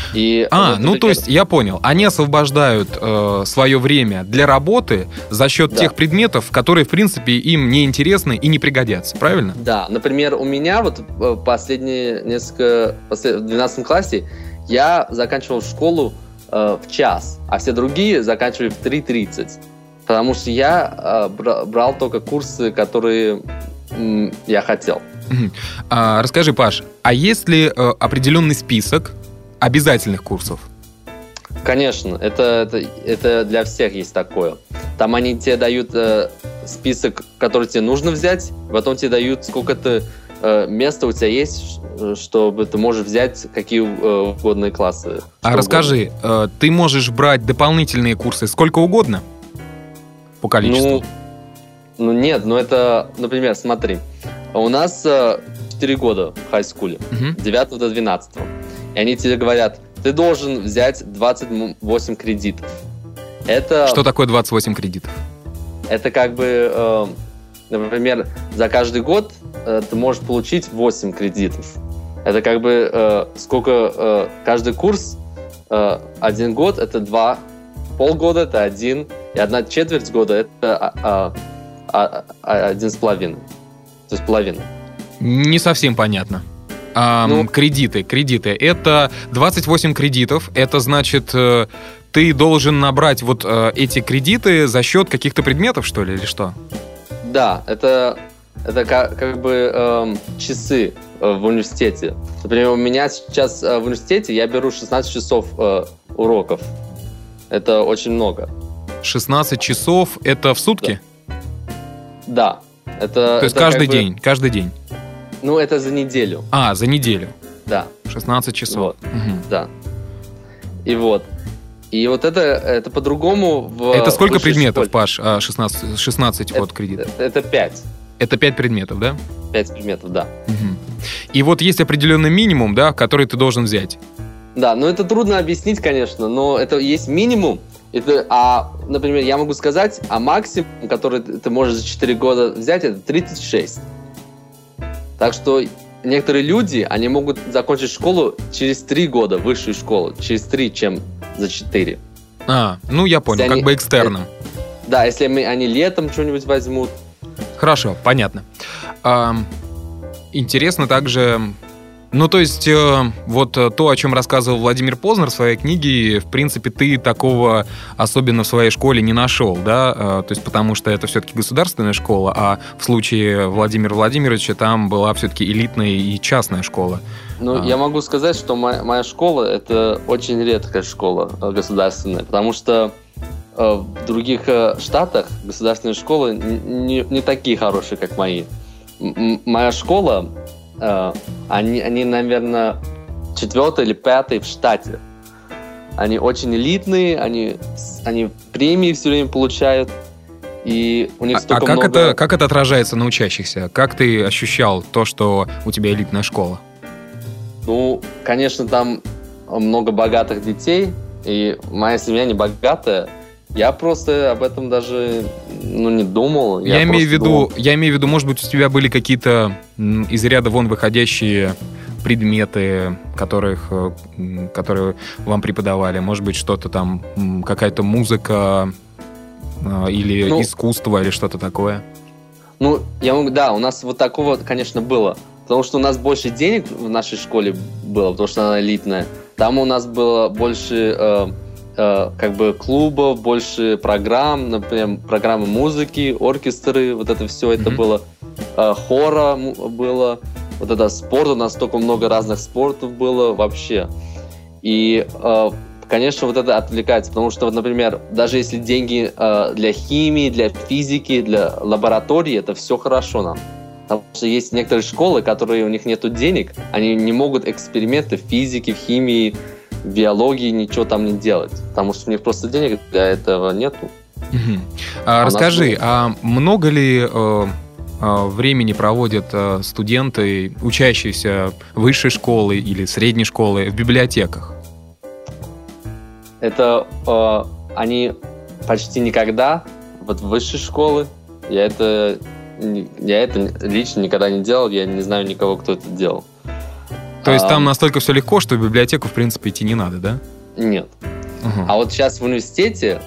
И а, вот ну то есть я понял, они освобождают э, свое время для работы за счет да. тех предметов, которые, в принципе, им не интересны и не пригодятся, правильно? Да, например, у меня вот последние несколько, в двенадцатом классе я заканчивал школу э, в час, а все другие заканчивали в три тридцать, потому что я э, брал только курсы, которые м, я хотел. А, расскажи, Паш, а есть ли э, определенный список обязательных курсов? Конечно, это, это, это для всех есть такое. Там они тебе дают э, список, который тебе нужно взять, потом тебе дают сколько-то э, места у тебя есть, чтобы ты можешь взять какие э, угодные классы. А расскажи, э, ты можешь брать дополнительные курсы сколько угодно по количеству? Ну, ну нет, ну это, например, смотри, у нас э, четыре года в хай-скуле, uh-huh. с девятого до двенадцатого. И они тебе говорят, ты должен взять двадцать восемь кредитов. Это, что такое двадцать восемь кредитов? Это как бы, э, например, за каждый год э, ты можешь получить восемь кредитов. Это как бы э, сколько э, каждый курс, э, один год это два, полгода это один, и одна четверть года это а, а, а, один с половиной. То есть половина. Не совсем понятно. А, ну, кредиты, кредиты. Это двадцать восемь кредитов. Это значит, ты должен набрать вот эти кредиты за счет каких-то предметов, что ли, или что? Да, это, это как, как бы э, часы в университете. Например, у меня сейчас в университете я беру шестнадцать часов э, уроков. Это очень много. шестнадцать часов это в сутки? Да. Это, То есть это каждый как день, бы... каждый день? Ну, это за неделю. А, за неделю. Да. шестнадцать часов. Вот. Угу. Да. И вот. И вот это, это по-другому в Это сколько предметов, школе. Паш, шестнадцать, шестнадцать это, вот кредитов? Это, это пять. Это пять предметов, да? пять предметов, да. Угу. И вот есть определенный минимум, да, который ты должен взять. Да, ну это трудно объяснить, конечно, но это есть минимум. Это, а, например, я могу сказать, а максимум, который ты можешь за четыре года взять, это тридцать шесть. Так что некоторые люди, они могут закончить школу через три года, высшую школу, через три, чем за четыре. А, ну я понял, если как они, бы экстерном. Да, если мы, они летом что-нибудь возьмут. Хорошо, понятно. А, интересно также... Ну, то есть, э, вот то, о чем рассказывал Владимир Познер в своей книге, в принципе, ты такого особенно в своей школе не нашел, да? Э, то есть, потому что это все-таки государственная школа, а в случае Владимира Владимировича там была все-таки элитная и частная школа. Ну, а. я могу сказать, что моя, моя школа — это очень редкая школа государственная, потому что э, в других э, штатах государственные школы не, не такие хорошие, как мои. М- моя школа... Uh, они, они, наверное, четвертый или пятый в штате. Они очень элитные, они, они премии все время получают, и у них столько а, а как много... это, как это отражается на учащихся? Как ты ощущал то, что у тебя элитная школа? Ну, конечно, там много богатых детей, и моя семья не богатая. Я просто об этом даже ну, не думал. Я, я, имею в виду, думал... я имею в виду, может быть, у тебя были какие-то из ряда вон выходящие предметы, которых, которые вам преподавали. Может быть, что-то там, какая-то музыка или ну, искусство, или что-то такое. Ну, я могу, да, у нас вот такого, конечно, было. Потому что у нас больше денег в нашей школе было, потому что она элитная. Там у нас было больше... Э, как бы клубов, больше программ, например, программы музыки, оркестры, вот это все это mm-hmm. было, хора было, вот это спорт, у нас столько много разных спортов было вообще. И, конечно, вот это отвлекается, потому что, вот, например, даже если деньги для химии, для физики, для лаборатории, это все хорошо нам. Потому что есть некоторые школы, которые у них нету денег, они не могут эксперименты в физике, в химии, в биологии ничего там не делать, потому что у них просто денег для этого нету. Угу. А, а расскажи, а много ли э, э, времени проводят э, студенты, учащиеся высшей школы или средней школы в библиотеках? Это э, они почти никогда, вот в высшей школы, я это, я это лично никогда не делал, я не знаю никого, кто это делал. То есть А, там настолько все легко, что в библиотеку, в принципе, идти не надо, да? Нет. Ага. А вот сейчас в университете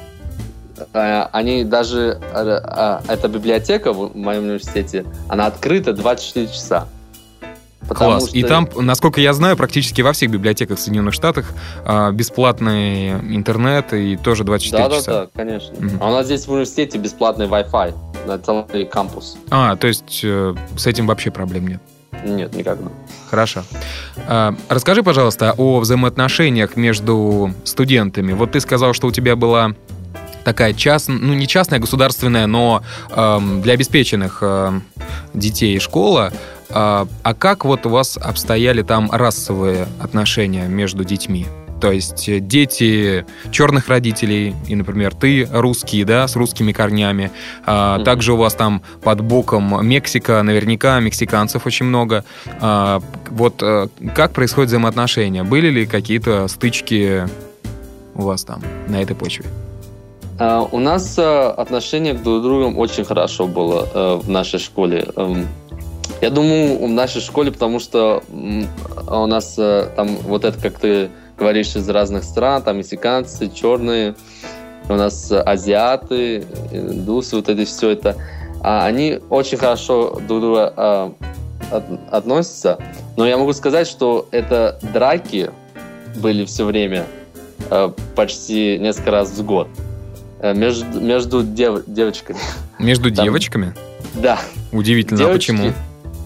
э, они даже... э, э, эта библиотека в моем университете, она открыта двадцать четыре часа. Потому Класс. что- И там, насколько я знаю, практически во всех библиотеках в Соединенных Штатах а, бесплатный интернет и тоже двадцать четыре Да, часа. да, да, конечно. Мгм. А у нас здесь в университете бесплатный Wi-Fi на целый кампус. А, то есть э, с этим вообще проблем нет. Нет, никогда. Хорошо. А, расскажи, пожалуйста, о взаимоотношениях между студентами. Вот ты сказал, что у тебя была такая частная, ну не частная, государственная, но эм, для обеспеченных эм, детей школа. А, а как вот у вас обстояли там расовые отношения между детьми? То есть э, дети черных родителей, и, например, ты русский, да, с русскими корнями. А, Мгм. Также у вас там под боком Мексика, наверняка мексиканцев очень много. А, вот э, как происходят взаимоотношения? Были ли какие-то стычки у вас там на этой почве? А, у нас э, отношение друг к другу очень хорошо было э, в нашей школе. Эм, я думаю, в нашей школе, потому что м, у нас э, там вот это, как ты говоришь, из разных стран, там мексиканцы, черные, у нас э, азиаты, индусы, вот это все это. А они очень хорошо друг к другу э, от- относятся. Но я могу сказать, что это драки были все время, э, почти несколько раз в год. Э, Между, между дев- девочками. Между Там- девочками? Да. Удивительно, а Девочки- почему?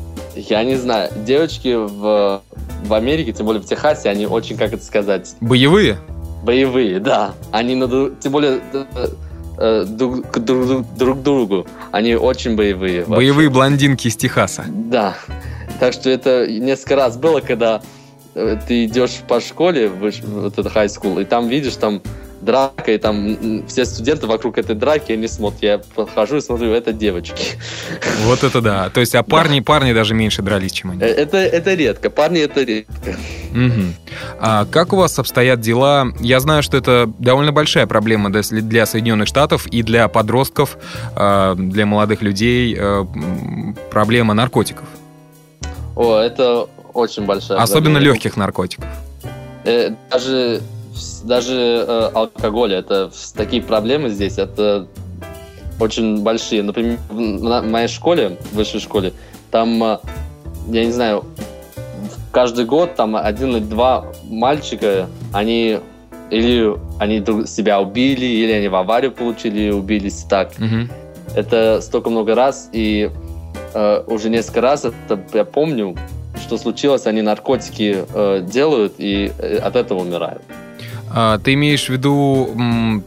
Я не знаю. Девочки в, в Америке, тем более в Техасе, они очень, как это сказать, Боевые? боевые, да. Они на друг- тем более э, э, друг, к друг, друг другу. Они очень боевые. вообще. Боевые блондинки из Техаса. Да. Так что это несколько раз было, когда э, ты идешь по школе, в, ш- вот это high school, и там видишь, там драка, и там м, все студенты вокруг этой драки, они смотрят. Я подхожу и смотрю, это девочки. Вот это да. То есть, а парни, парни даже меньше дрались, чем они. Э, Это, это редко. Парни, это редко. Мгм. А как у вас обстоят дела? Я знаю, что это довольно большая проблема для для Соединенных Штатов и для подростков, э, для молодых людей. э, м, Проблема наркотиков. О, это очень большая Особенно проблема. легких наркотиков. Э, даже даже э, алкоголь, это в- такие проблемы здесь, это очень большие. Например, в на- в моей школе, в высшей школе, там, э, я не знаю, каждый год там один или два мальчика, они или они друг себя убили, или они в аварию получили и убились так. Мгм. Это столько много раз, и э, уже несколько раз это я помню, что случилось, они наркотики э, делают и э, от этого умирают. А, ты имеешь в виду, м,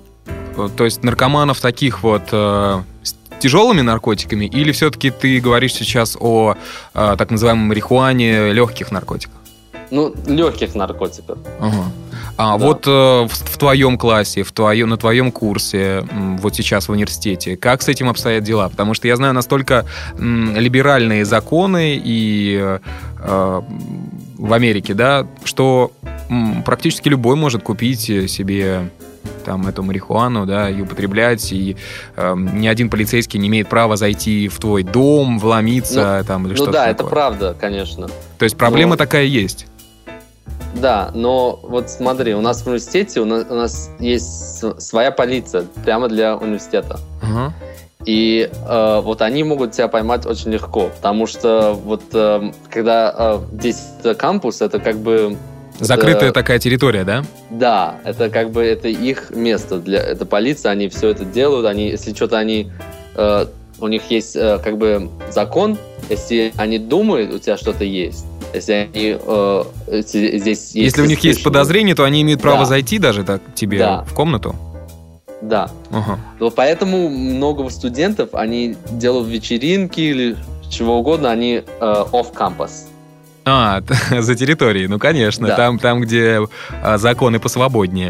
то есть наркоманов таких вот э, с тяжелыми наркотиками, или все-таки ты говоришь сейчас о э, так называемой марихуане, легких наркотиках? Ну, легких наркотиков. Ага. А Да. вот э, в, в твоем классе, в твоем, на твоем курсе, м, вот сейчас в университете, как с этим обстоят дела? Потому что я знаю настолько м, либеральные законы и э, э, в Америке, да, что м, практически любой может купить себе там эту марихуану, да, и употреблять, и э, ни один полицейский не имеет права зайти в твой дом, вломиться там или Ну что-то да, такое. это правда, конечно. То есть проблема Но- такая есть. Да, но вот смотри, у нас в университете у нас, у нас есть с- своя полиция прямо для университета. Ага. И э, вот они могут тебя поймать очень легко, потому что вот э, когда э, здесь это кампус, это как бы... Закрытая это- такая территория, да? Да, это как бы это их место, для, это полиция, они все это делают, они, если что-то они... э, у них есть э, как бы закон, если они думают, у тебя что-то есть, если они э, если здесь есть... Если у них есть suspicion, подозрение, то они имеют право Да. зайти даже так к тебе Да. в комнату. Да. Ага. Но поэтому много студентов, они делают вечеринки или чего угодно, они э, off-campus. А, за территорией, ну конечно, Да. там, там, где а, законы посвободнее.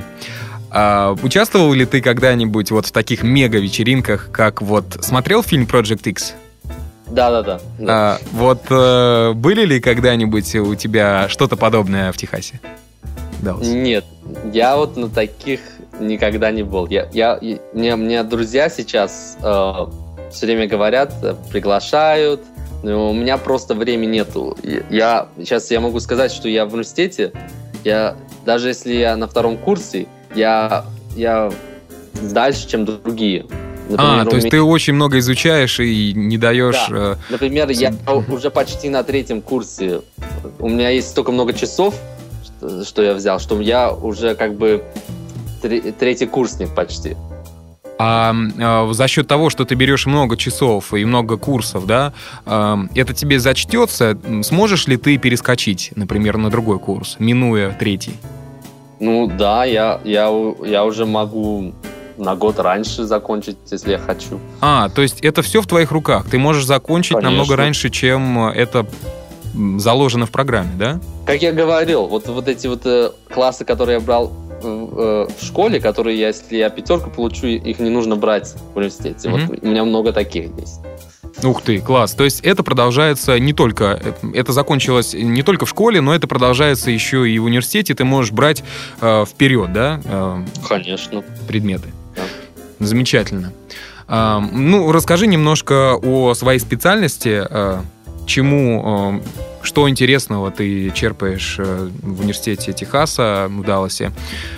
А, участвовал ли ты когда-нибудь вот в таких мега-вечеринках, как вот... Смотрел фильм Project X? Да-да-да. да. А, вот э, были ли когда-нибудь у тебя что-то подобное в Техасе? Даллас? Нет, я вот на таких никогда не был. Я, я, и- мне, мне друзья сейчас э, все время говорят, э, приглашают, но у меня просто времени нету. Я, сейчас я могу сказать, что я в университете, я, даже если я на втором курсе, я, я дальше, чем другие. Например, а, то есть меня... ты очень много изучаешь и не даешь... Да. Э... Например, я уже почти на третьем курсе. У меня есть столько много часов, что, что я взял, что я уже как бы третий курсник почти. А, а за счет того, что ты берешь много часов и много курсов, да, а, это тебе зачтется? Сможешь ли ты перескочить, например, на другой курс, минуя третий? Ну да, я, я, я уже могу на год раньше закончить, если я хочу. А, то есть это все в твоих руках? Ты можешь закончить Конечно. намного раньше, чем это заложено в программе, да? Как я говорил, вот, вот эти вот э, классы, которые я брал в школе, которые, я, если я пятерку получу, их не нужно брать в университете. Mm-hmm. Вот у меня много таких есть. Ух ты, класс. То есть это продолжается не только... Это закончилось не только в школе, но это продолжается еще и в университете. Ты можешь брать э, вперед, да? Э, Конечно. Предметы. Да. Замечательно. Э, ну, расскажи немножко о своей специальности. Э, чему... Э, Что интересного ты черпаешь в университете Техаса, в Далласе,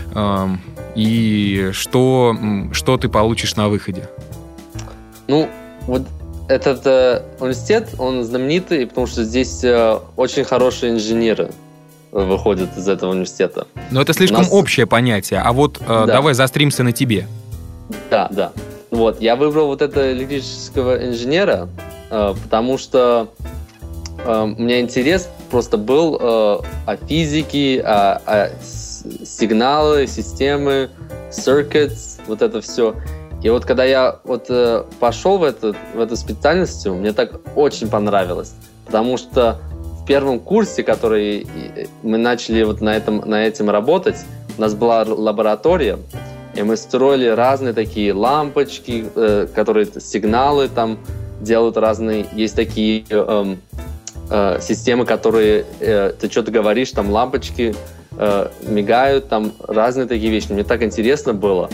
и что, что ты получишь на выходе? Ну, вот этот э, университет, он знаменитый, потому что здесь э, очень хорошие инженеры выходят из этого университета. Но это слишком нас... общее понятие, а вот э, да. давай заостримся на тебе. Да, да. Вот, я выбрал вот этого электрического инженера, э, потому что у меня интерес просто был э, о физике, о, о сигналы, системы, circuits, вот это все. И вот когда я вот э, пошел в эту, в эту специальность, мне так очень понравилось, потому что в первом курсе, который мы начали вот на этом, на этом работать, у нас была лаборатория, и мы строили разные такие лампочки, э, которые сигналы там делают разные, есть такие... Э, системы, которые э, ты что-то говоришь, там лампочки э, мигают, там разные такие вещи. Мне так интересно было.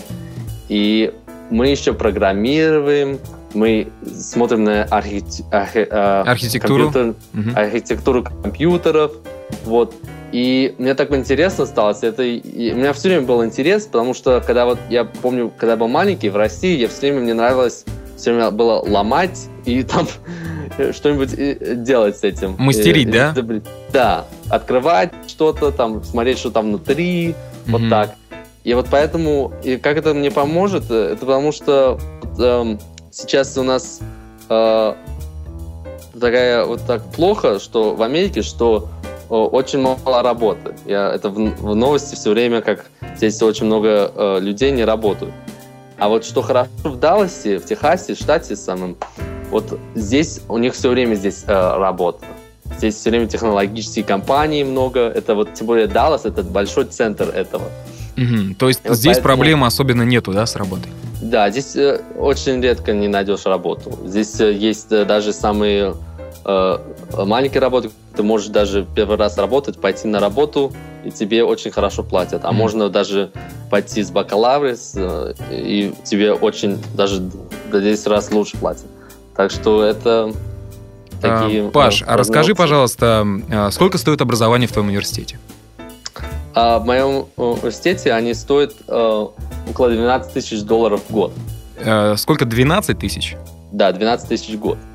И мы еще программируем, мы смотрим на архи- архи- э, архитектуру. Компьютер, угу. архитектуру компьютеров. Вот. И мне так интересно стало. Это, и у меня все время был интерес, потому что когда вот я помню, когда я был маленький в России, я все время мне нравилось все время было ломать и там что-нибудь делать с этим. Мастерить, и, да? Да. Открывать что-то, там, смотреть, что там внутри, mm-hmm. вот так. И вот поэтому, и как это мне поможет, это потому что вот, эм, сейчас у нас э, такая вот так плохо, что в Америке, что э, очень мало работы. Я, это в, в новости все время, как здесь очень много э, людей не работают. А вот что хорошо в Далласе, в Техасе, в штате самом, вот здесь у них все время здесь э, работа. Здесь все время технологические компании много. Это вот, тем более Даллас, это большой центр этого. Угу. То есть и здесь вот поэтому... проблем особенно нету, да, с работой? Да, здесь э, очень редко не найдешь работу. Здесь э, есть э, даже самые э, маленькие работы. Ты можешь даже первый раз работать, пойти на работу, и тебе очень хорошо платят. А mm-hmm. можно даже пойти с бакалаврис, э, и тебе очень даже в десять раз лучше платят. Так что это такие... А, Паш, ну, а расскажи, пожалуйста, сколько стоит образование в твоем университете? А, в моем университете они стоят э, около двенадцать тысяч долларов в год. А, сколько? двенадцать тысяч? Да, двенадцать тысяч в год.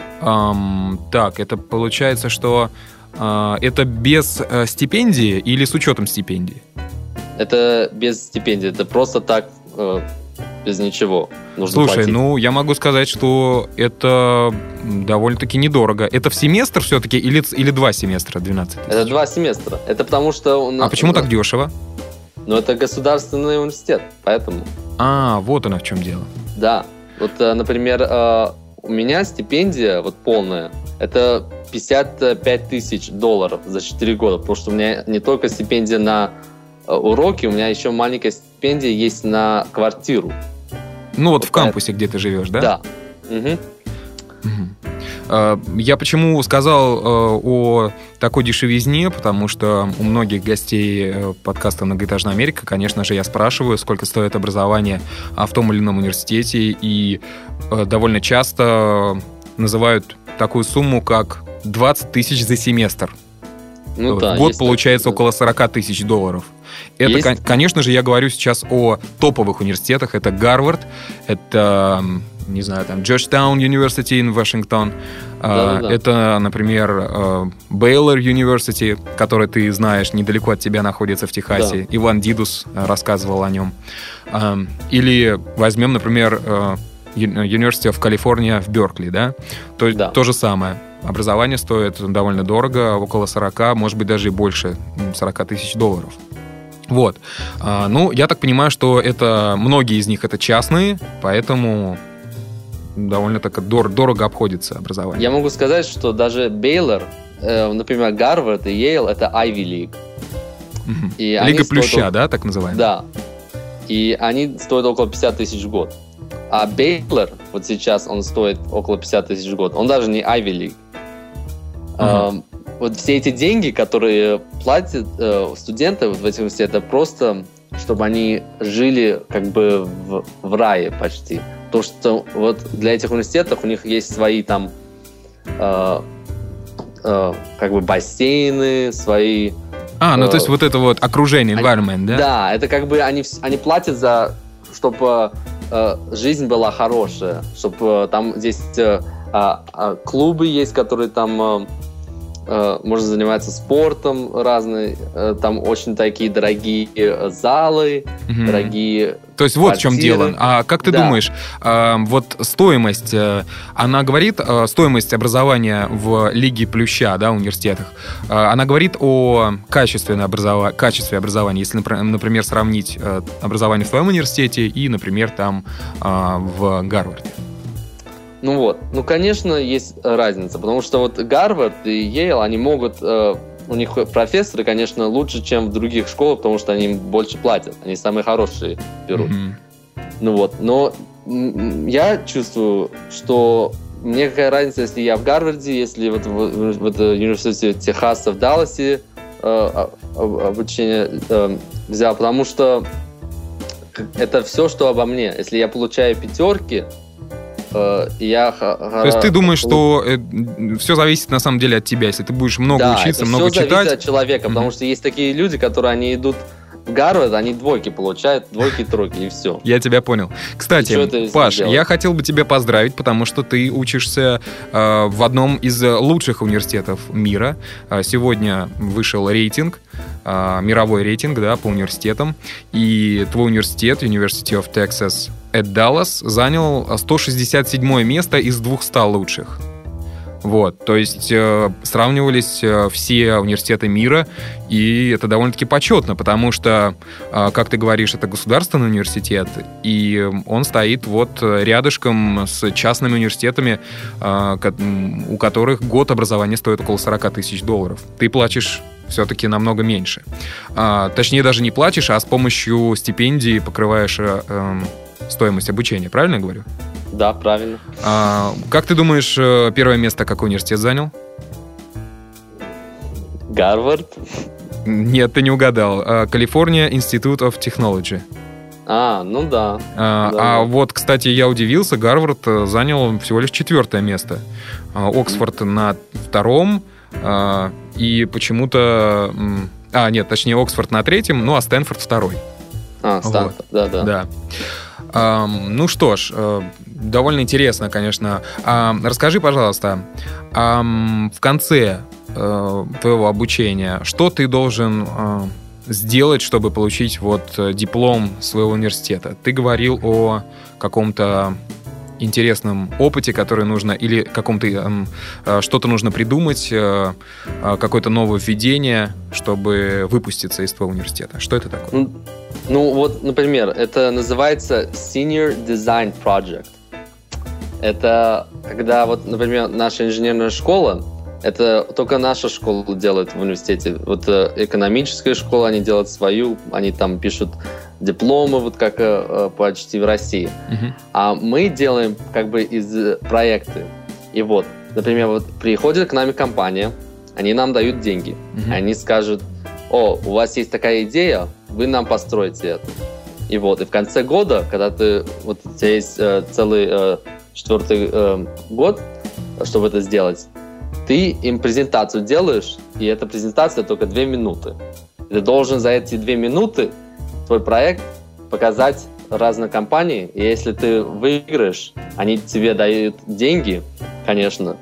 Um, так, это получается, что uh, это без uh, стипендии или с учетом стипендии? Это без стипендии, это просто так, uh, без ничего. Нужно Слушай, платить. Ну, я могу сказать, что это довольно-таки недорого. Это в семестр все-таки или, или два семестра двенадцать тысяч? Это два семестра. Это потому что... У нас, а почему так дешево? Ну, это государственный университет, поэтому... А, вот оно в чем дело. Да. Вот, например... У меня стипендия вот полная, это пятьдесят пять тысяч долларов за четыре года, потому что у меня не только стипендия на уроки, у меня еще маленькая стипендия есть на квартиру. Ну вот, вот в кампусе, где ты живешь, да? Да. Угу. Угу. Я почему сказал о такой дешевизне, потому что у многих гостей подкаста «Многоэтажная Америка», конечно же, я спрашиваю, сколько стоит образование в том или ином университете, и довольно часто называют такую сумму, как двадцать тысяч за семестр. Ну, в да, год получается такое. около сорок тысяч долларов. Это, Есть... кон- конечно же, я говорю сейчас о топовых университетах. Это Гарвард, это, не знаю, там, Georgetown University in Washington. Да, да, да. Это, например, Baylor University, который, ты знаешь, недалеко от тебя находится в Техасе. Да. Иван Дидус рассказывал о нем. Или возьмем, например, University of California в Беркли, да? То, Да. то же самое. Образование стоит довольно дорого, около сорок, может быть, даже и больше сорок тысяч долларов. Вот. А, ну, я так понимаю, что это многие из них это частные, поэтому довольно так дор- дорого обходится образование. Я могу сказать, что даже Baylor, э, например, Гарвард и Йейл — это Ivy League. Мгм. И они Лига стоят плюща, о- да, так называемая? Да. И они стоят около пятьдесят тысяч в год. А Baylor, вот сейчас он стоит около пятьдесят тысяч в год. Он даже не Ivy League. Ага. Эм, вот все эти деньги, которые платят э, студенты вот в этих университетах, это просто, чтобы они жили как бы в, в рае почти. Потому что вот для этих университетов у них есть свои там э, э, как бы бассейны, свои... А, ну э, то есть вот это вот окружение, они- environment, да? Да, это как бы они, вс- они платят за, чтобы э, жизнь была хорошая, чтобы там здесь э, а, а, клубы есть, которые там э, э, можно заниматься спортом разные, э, там очень такие дорогие э, залы, Мгм. дорогие... То есть вот в чем квартиры. дело. А как ты Да. думаешь, э, вот стоимость, э, она говорит, э, стоимость образования в Лиге Плюща, да, университетах, э, она говорит о качестве, образова- качестве образования, если, напр- например, сравнить э, образование в твоем университете и, например, там э, в Гарварде? Ну вот, ну конечно есть э, разница, потому что вот Гарвард и Йейл, они могут, э, у них профессоры, конечно, лучше, чем в других школах, потому что они им больше платят, они самые хорошие берут. Мгм. Ну вот, но м, я чувствую, что мне какая разница, если я в Гарварде, если вот в, в, в, в университете Техаса в Далласе э, а- а- обучение э, взял, потому что это все, что обо мне. Если я получаю пятерки, э, я... То есть ты думаешь, что все зависит на самом деле от тебя, если ты будешь много да, учиться, это много все читать. зависит от человека, Мгм. потому что есть такие люди, которые они идут в Гарвард, они двойки получают, двойки, тройки, и все. Я тебя понял. Кстати, И что ты Паш, сделал? я хотел бы тебя поздравить, потому что ты учишься э, в одном из лучших университетов мира. Э, сегодня вышел рейтинг, э, мировой рейтинг, да, по университетам. И твой университет, University of Texas at Dallas, занял сто шестьдесят седьмое место из двухсот лучших. Вот, то есть э, сравнивались э, все университеты мира, и это довольно-таки почетно, потому что, э, как ты говоришь, это государственный университет, и он стоит вот рядышком с частными университетами, э, ко- м, у которых год образования стоит около сорок тысяч долларов. Ты платишь все-таки намного меньше. А, точнее, даже не платишь, а с помощью стипендии покрываешь э, эм, стоимость обучения, правильно я говорю? Да, правильно. А, как ты думаешь, э, первое место какой университет занял? Гарвард. Нет, ты не угадал. А, California Institute of Technology. А, ну да. А, Да. а вот, кстати, я удивился, Гарвард э, занял всего лишь четвертое место. А, Оксфорд на втором, а, и почему-то... м, А, нет, точнее, Оксфорд на третьем, ну а Стэнфорд второй. А, Стэнфорд, да-да. Да. Ам, ну что ж, э, довольно интересно, конечно. Ам, расскажи, пожалуйста, ам, в конце э, твоего обучения, что ты должен э, сделать, чтобы получить вот э, диплом своего университета? Ты говорил о каком-то интересном опыте, который нужно, или каком-то эм, э, что-то нужно придумать, э, э, какое-то новое введение, чтобы выпуститься из твоего университета. Что это такое? Ну, ну вот, например, это называется Senior Design Project. Это когда вот, например, наша инженерная школа, это только наша школа делает в университете. Вот э, экономическая школа, они делают свою, они там пишут дипломы, вот как э, почти в России. Мгм. А мы делаем как бы из э, проекты. И вот, например, вот приходит к нам компания, они нам дают деньги. Мгм. Они скажут: о, у вас есть такая идея, вы нам построите это. И вот, и в конце года, когда ты, вот у тебя есть э, целый э, четвертый э, год, чтобы это сделать. Ты им презентацию делаешь, и эта презентация только две минуты. Ты должен за эти две минуты твой проект показать разные компании, и если ты выиграешь, они тебе дают деньги, конечно,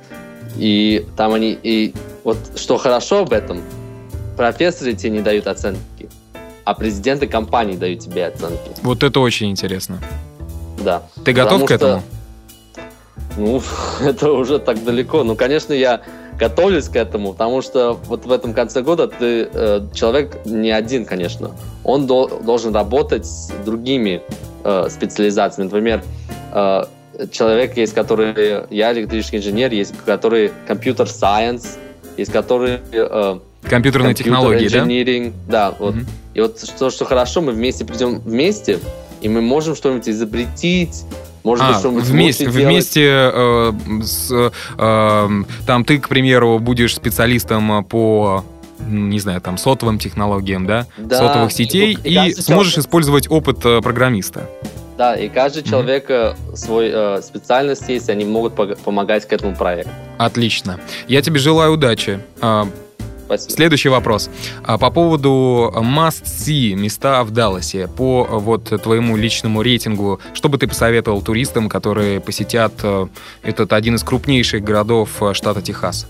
и там они, и вот что хорошо об этом, профессоры тебе не дают оценки, а президенты компаний дают тебе оценки. Вот это очень интересно. Да. Ты готов Потому к этому? Что, ну, это уже так далеко. Ну, конечно, я готовлюсь к этому, потому что вот в этом конце года ты, э, человек не один, конечно. Он до, должен работать с другими э, специализациями. Например, э, человек есть, который... Я электрический инженер, есть который компьютер сайенс, есть который... Э, Компьютерные технологии, да? Да, вот. Mm-hmm. И вот что, что хорошо, мы вместе придем вместе, и мы можем что-нибудь изобретить, может а, быть, что-нибудь вместе, лучше вместе э, с, э, там ты, к примеру, будешь специалистом по, не знаю, там, сотовым технологиям, да, да сотовых сетей, и, и сможешь человек... использовать опыт э, программиста. Да, и каждый mm-hmm. человек э, свой э, специальность есть, и они могут по- помогать к этому проекту. Отлично. Я тебе желаю удачи. Спасибо. Следующий вопрос. По поводу must-see места в Далласе, по вот твоему личному рейтингу, что бы ты посоветовал туристам, которые посетят этот один из крупнейших городов штата Техас?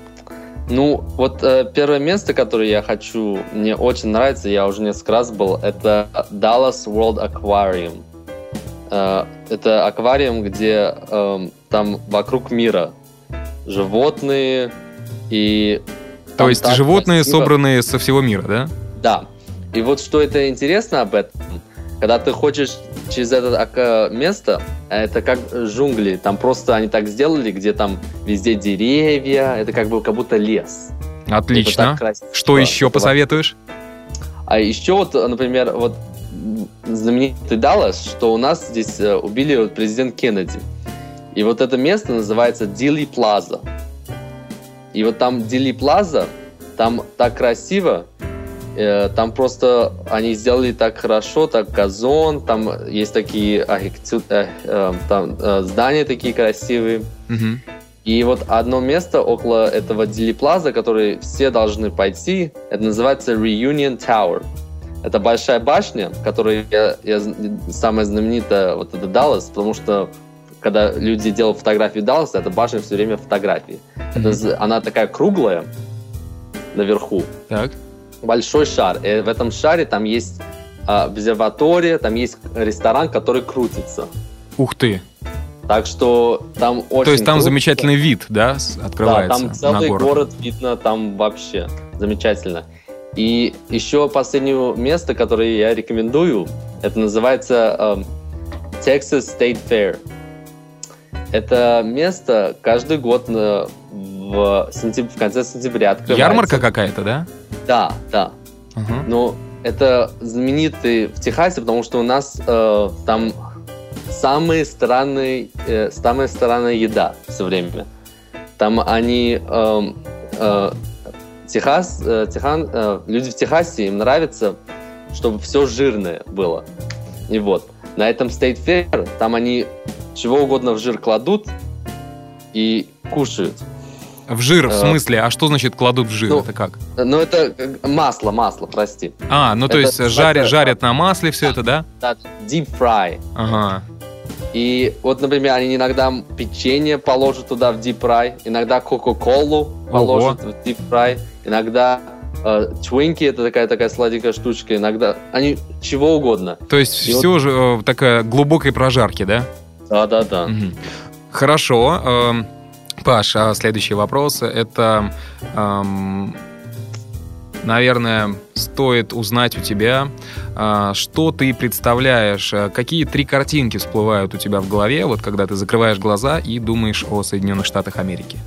Ну, вот э, первое место, которое я хочу, мне очень нравится, я уже несколько раз был, это Dallas World Aquarium. Э, это аквариум, где э, там вокруг мира животные и... То есть животные, красиво. Собранные со всего мира, да? Да. И вот что это интересно об этом, когда ты хочешь через это место, это как джунгли, там просто они так сделали, где там везде деревья, это как бы как будто лес. Отлично. Что еще посоветуешь? А еще вот, например, вот знаменитый Даллас, что у нас здесь убили вот президент Кеннеди. И вот это место называется Дилли Плаза. И вот там Дилли Плаза, там так красиво, э, там просто они сделали так хорошо, так газон, там есть такие архитекту... э, э, там, э, здания такие красивые. Mm-hmm. И вот одно место около этого Дилли Плаза, которое все должны пойти, это называется Reunion Tower. Это большая башня, которая я, я, самая знаменитая, вот это Даллас, потому что когда люди делают фотографии Далласа, эта башня все время фотографии. Mm-hmm. Это, она такая круглая наверху. Так. Большой шар. И в этом шаре там есть а, обсерватория, там есть ресторан, который крутится. Ух ты! Так что там очень... То есть там круто. Замечательный вид, да, открывается на город? Да, там целый город. город видно, там вообще замечательно. И еще последнее место, которое я рекомендую, это называется э, Texas State Fair. Это место каждый год на, в, сентяб... в конце сентября открывается. Ярмарка какая-то, да? Да, да. Uh-huh. Но это знаменитый в Техасе, потому что у нас э, там самая странная, э, самая странная еда все время. Там они... Э, э, Техас, э, Техан, э, люди в Техасе, им нравится, чтобы все жирное было. И вот. На этом State Fair, там они чего угодно в жир кладут и кушают. В жир, в смысле? А что значит кладут в жир? Ну, это как? Ну, это масло, масло, прости. А, ну то это, есть жарят, жарят на масле все да, это, да? Да, deep fry. Ага. И вот, например, они иногда печенье положат туда в deep fry, иногда кока-колу положат Ого. в deep fry, иногда э, твинки, это такая, такая сладенькая штучка, иногда они чего угодно. То есть и все вот... же э, такая глубокой прожарки, да? Да-да-да. Угу. Хорошо. Э, Паш, а следующий вопрос. Это, эм, наверное, стоит узнать у тебя, э, что ты представляешь, какие три картинки всплывают у тебя в голове, вот когда ты закрываешь глаза и думаешь о Соединенных Штатах Америки.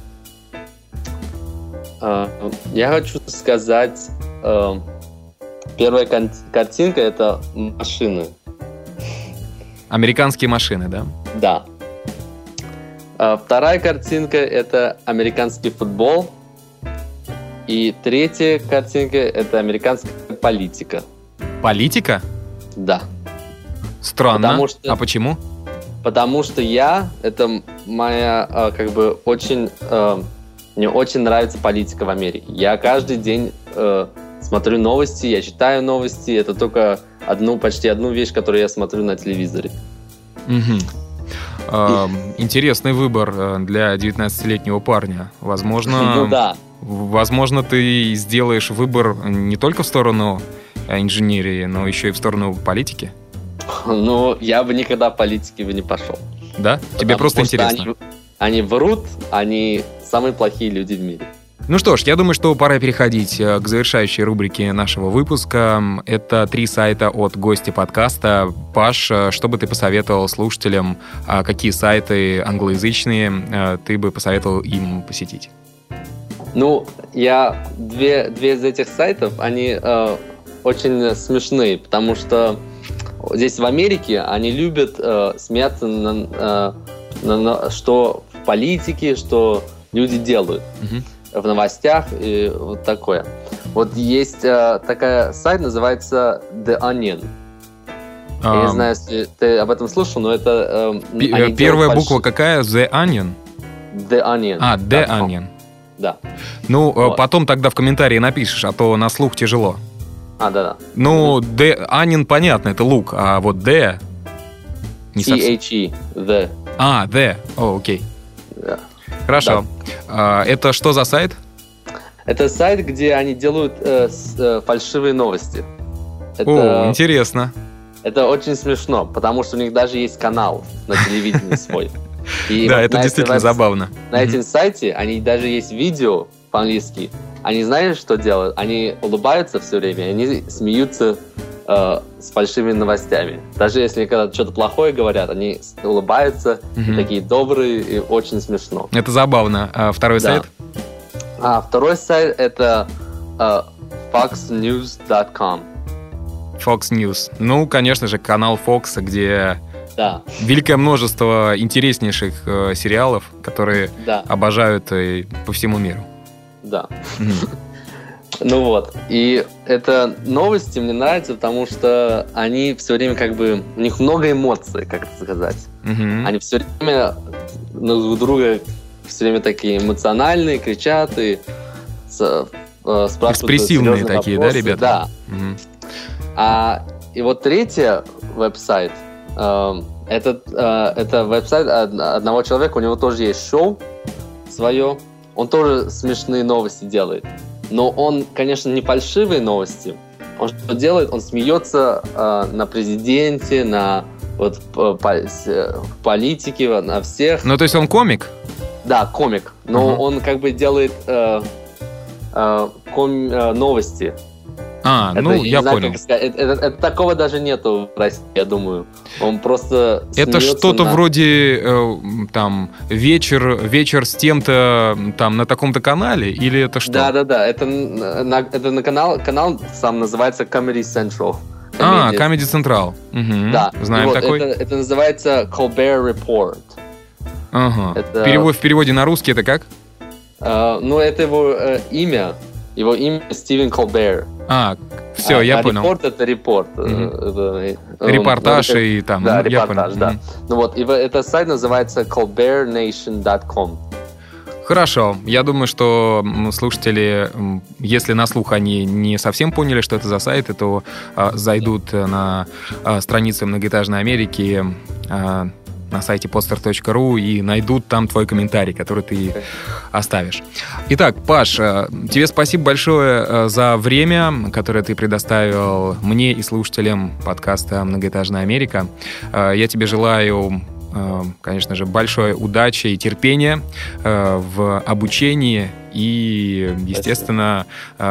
Uh, я хочу сказать, uh, первая кон- картинка — это машины. Американские машины, да? Да. Uh, вторая картинка — это американский футбол. И третья картинка — это американская политика. Политика? Да. Странно. Что... А почему? Потому что я, это моя, э, как бы, очень... Э, мне очень нравится политика в Америке. Я каждый день э, смотрю новости, я читаю новости. Это только одну, почти одну вещь, которую я смотрю на телевизоре. Угу. А, интересный выбор для девятнадцатилетнего парня. Возможно, ну, да. возможно, ты сделаешь выбор не только в сторону инженерии, но еще и в сторону политики. Ну, я бы никогда в политике бы не пошел. Да? Тебе Потому просто интересно. Они, они врут, они самые плохие люди в мире. Ну что ж, я думаю, что пора переходить к завершающей рубрике нашего выпуска. Это три сайта от гостя подкаста. Паш, что бы ты посоветовал слушателям, какие сайты англоязычные ты бы посоветовал им посетить? Ну, я две, две из этих сайтов, они э, очень смешные, потому что здесь в Америке они любят э, смеяться на, э, на, на что в политике, что люди делают. Uh-huh. В новостях и вот такое. Вот есть э, такая сайт, называется The Onion. Um, Я не знаю, если ты об этом слышал, но это... Э, п- первая буква большие... какая? The Onion? The Onion. А, The да, Onion. Да. Ну, вот. Потом тогда в комментарии напишешь, а то на слух тяжело. А, да-да. Ну, The Onion, понятно, это лук, а вот The... T-H-E, The. А, The, о, окей. Да. Хорошо. Да. Это что за сайт? Это сайт, где они делают э, с, э, фальшивые новости. Это, О, интересно. Это очень смешно, потому что у них даже есть канал на телевидении свой. Да, это действительно забавно. На этом сайте они даже есть видео по-английски. Они знаешь, что делают? Они улыбаются все время, они смеются э, с фальшивыми новостями. Даже если когда что-то плохое говорят, они улыбаются, mm-hmm. такие добрые, и очень смешно. Это забавно. А второй да. сайт? А второй сайт это э, fox news dot com. Fox News. Ну, конечно же, канал Fox, где да. великое множество интереснейших э, сериалов, которые да. обожают э, по всему миру. Да. Mm-hmm. Ну вот. И это новости мне нравятся, потому что они все время как бы... У них много эмоций, как это сказать. Mm-hmm. Они все время друг друга все время такие эмоциональные, кричат и с, э, спрашивают... Экспрессивные такие, вопросы. Да, ребята? Да. Mm-hmm. А, и вот третий веб-сайт, э, это, э, это веб-сайт одного человека, у него тоже есть шоу свое, он тоже смешные новости делает. Но он, конечно, не фальшивые новости. Он что делает? Он смеется э, на президенте, на вот, по, по, политике, на всех. Ну, то есть он комик? Да, комик. Но uh-huh. он как бы делает э, э, ком, э, новости. А, это, ну, я, я понял. Это, это, это, это, такого даже нету в России, я думаю. Он просто это что-то на... вроде э, там вечер, вечер с тем-то там на таком-то канале, или это что? Да-да-да, это на, это на канал, канал сам называется Comedy Central. Comedy. А, Comedy Central. Угу. Да. Знаем вот, такой. Это, это называется Colbert Report. Ага. Это... Перевод, в переводе на русский это как? Uh, ну, это его uh, имя. Его имя Стивен Колбер. А, все, а, я а понял. Репорт — это репорт. Mm-hmm. Это, репортаж он, и там. Да, ну, репортаж, да. Mm-hmm. Ну вот, и этот сайт называется colbert nation dot com. Хорошо. Я думаю, что слушатели, если на слух они не совсем поняли, что это за сайты, то а, зайдут на а, страницу Многоэтажной Америки, а, на сайте podster точка ру и найдут там твой комментарий, который ты оставишь. Итак, Паш, тебе спасибо большое за время, которое ты предоставил мне и слушателям подкаста «Многоэтажная Америка». Я тебе желаю, конечно же, большой удачи и терпения в обучении и, естественно,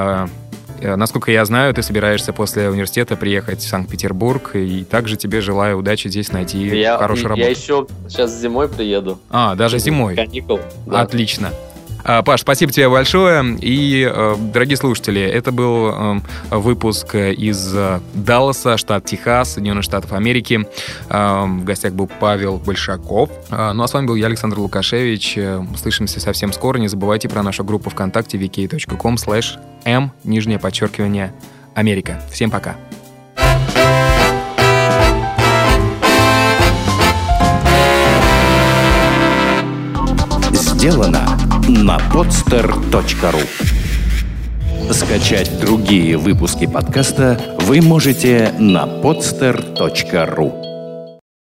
насколько я знаю, ты собираешься после университета приехать в Санкт-Петербург, и также тебе желаю удачи здесь найти я, хорошую работу. Я еще сейчас зимой приеду. А, даже зимой? Каникул. Да. Отлично. Паш, спасибо тебе большое. И, дорогие слушатели, это был выпуск из Далласа, штат Техас, Соединенных Штатов Америки. В гостях был Павел Большаков. Ну а с вами был я, Александр Лукашевич. Услышимся совсем скоро. Не забывайте про нашу группу ВКонтакте ви кей точка ком слэш эм, нижнее подчеркивание, Америка. Всем пока. сделано на podster точка ru. Скачать другие выпуски подкаста вы можете на podster точка ru.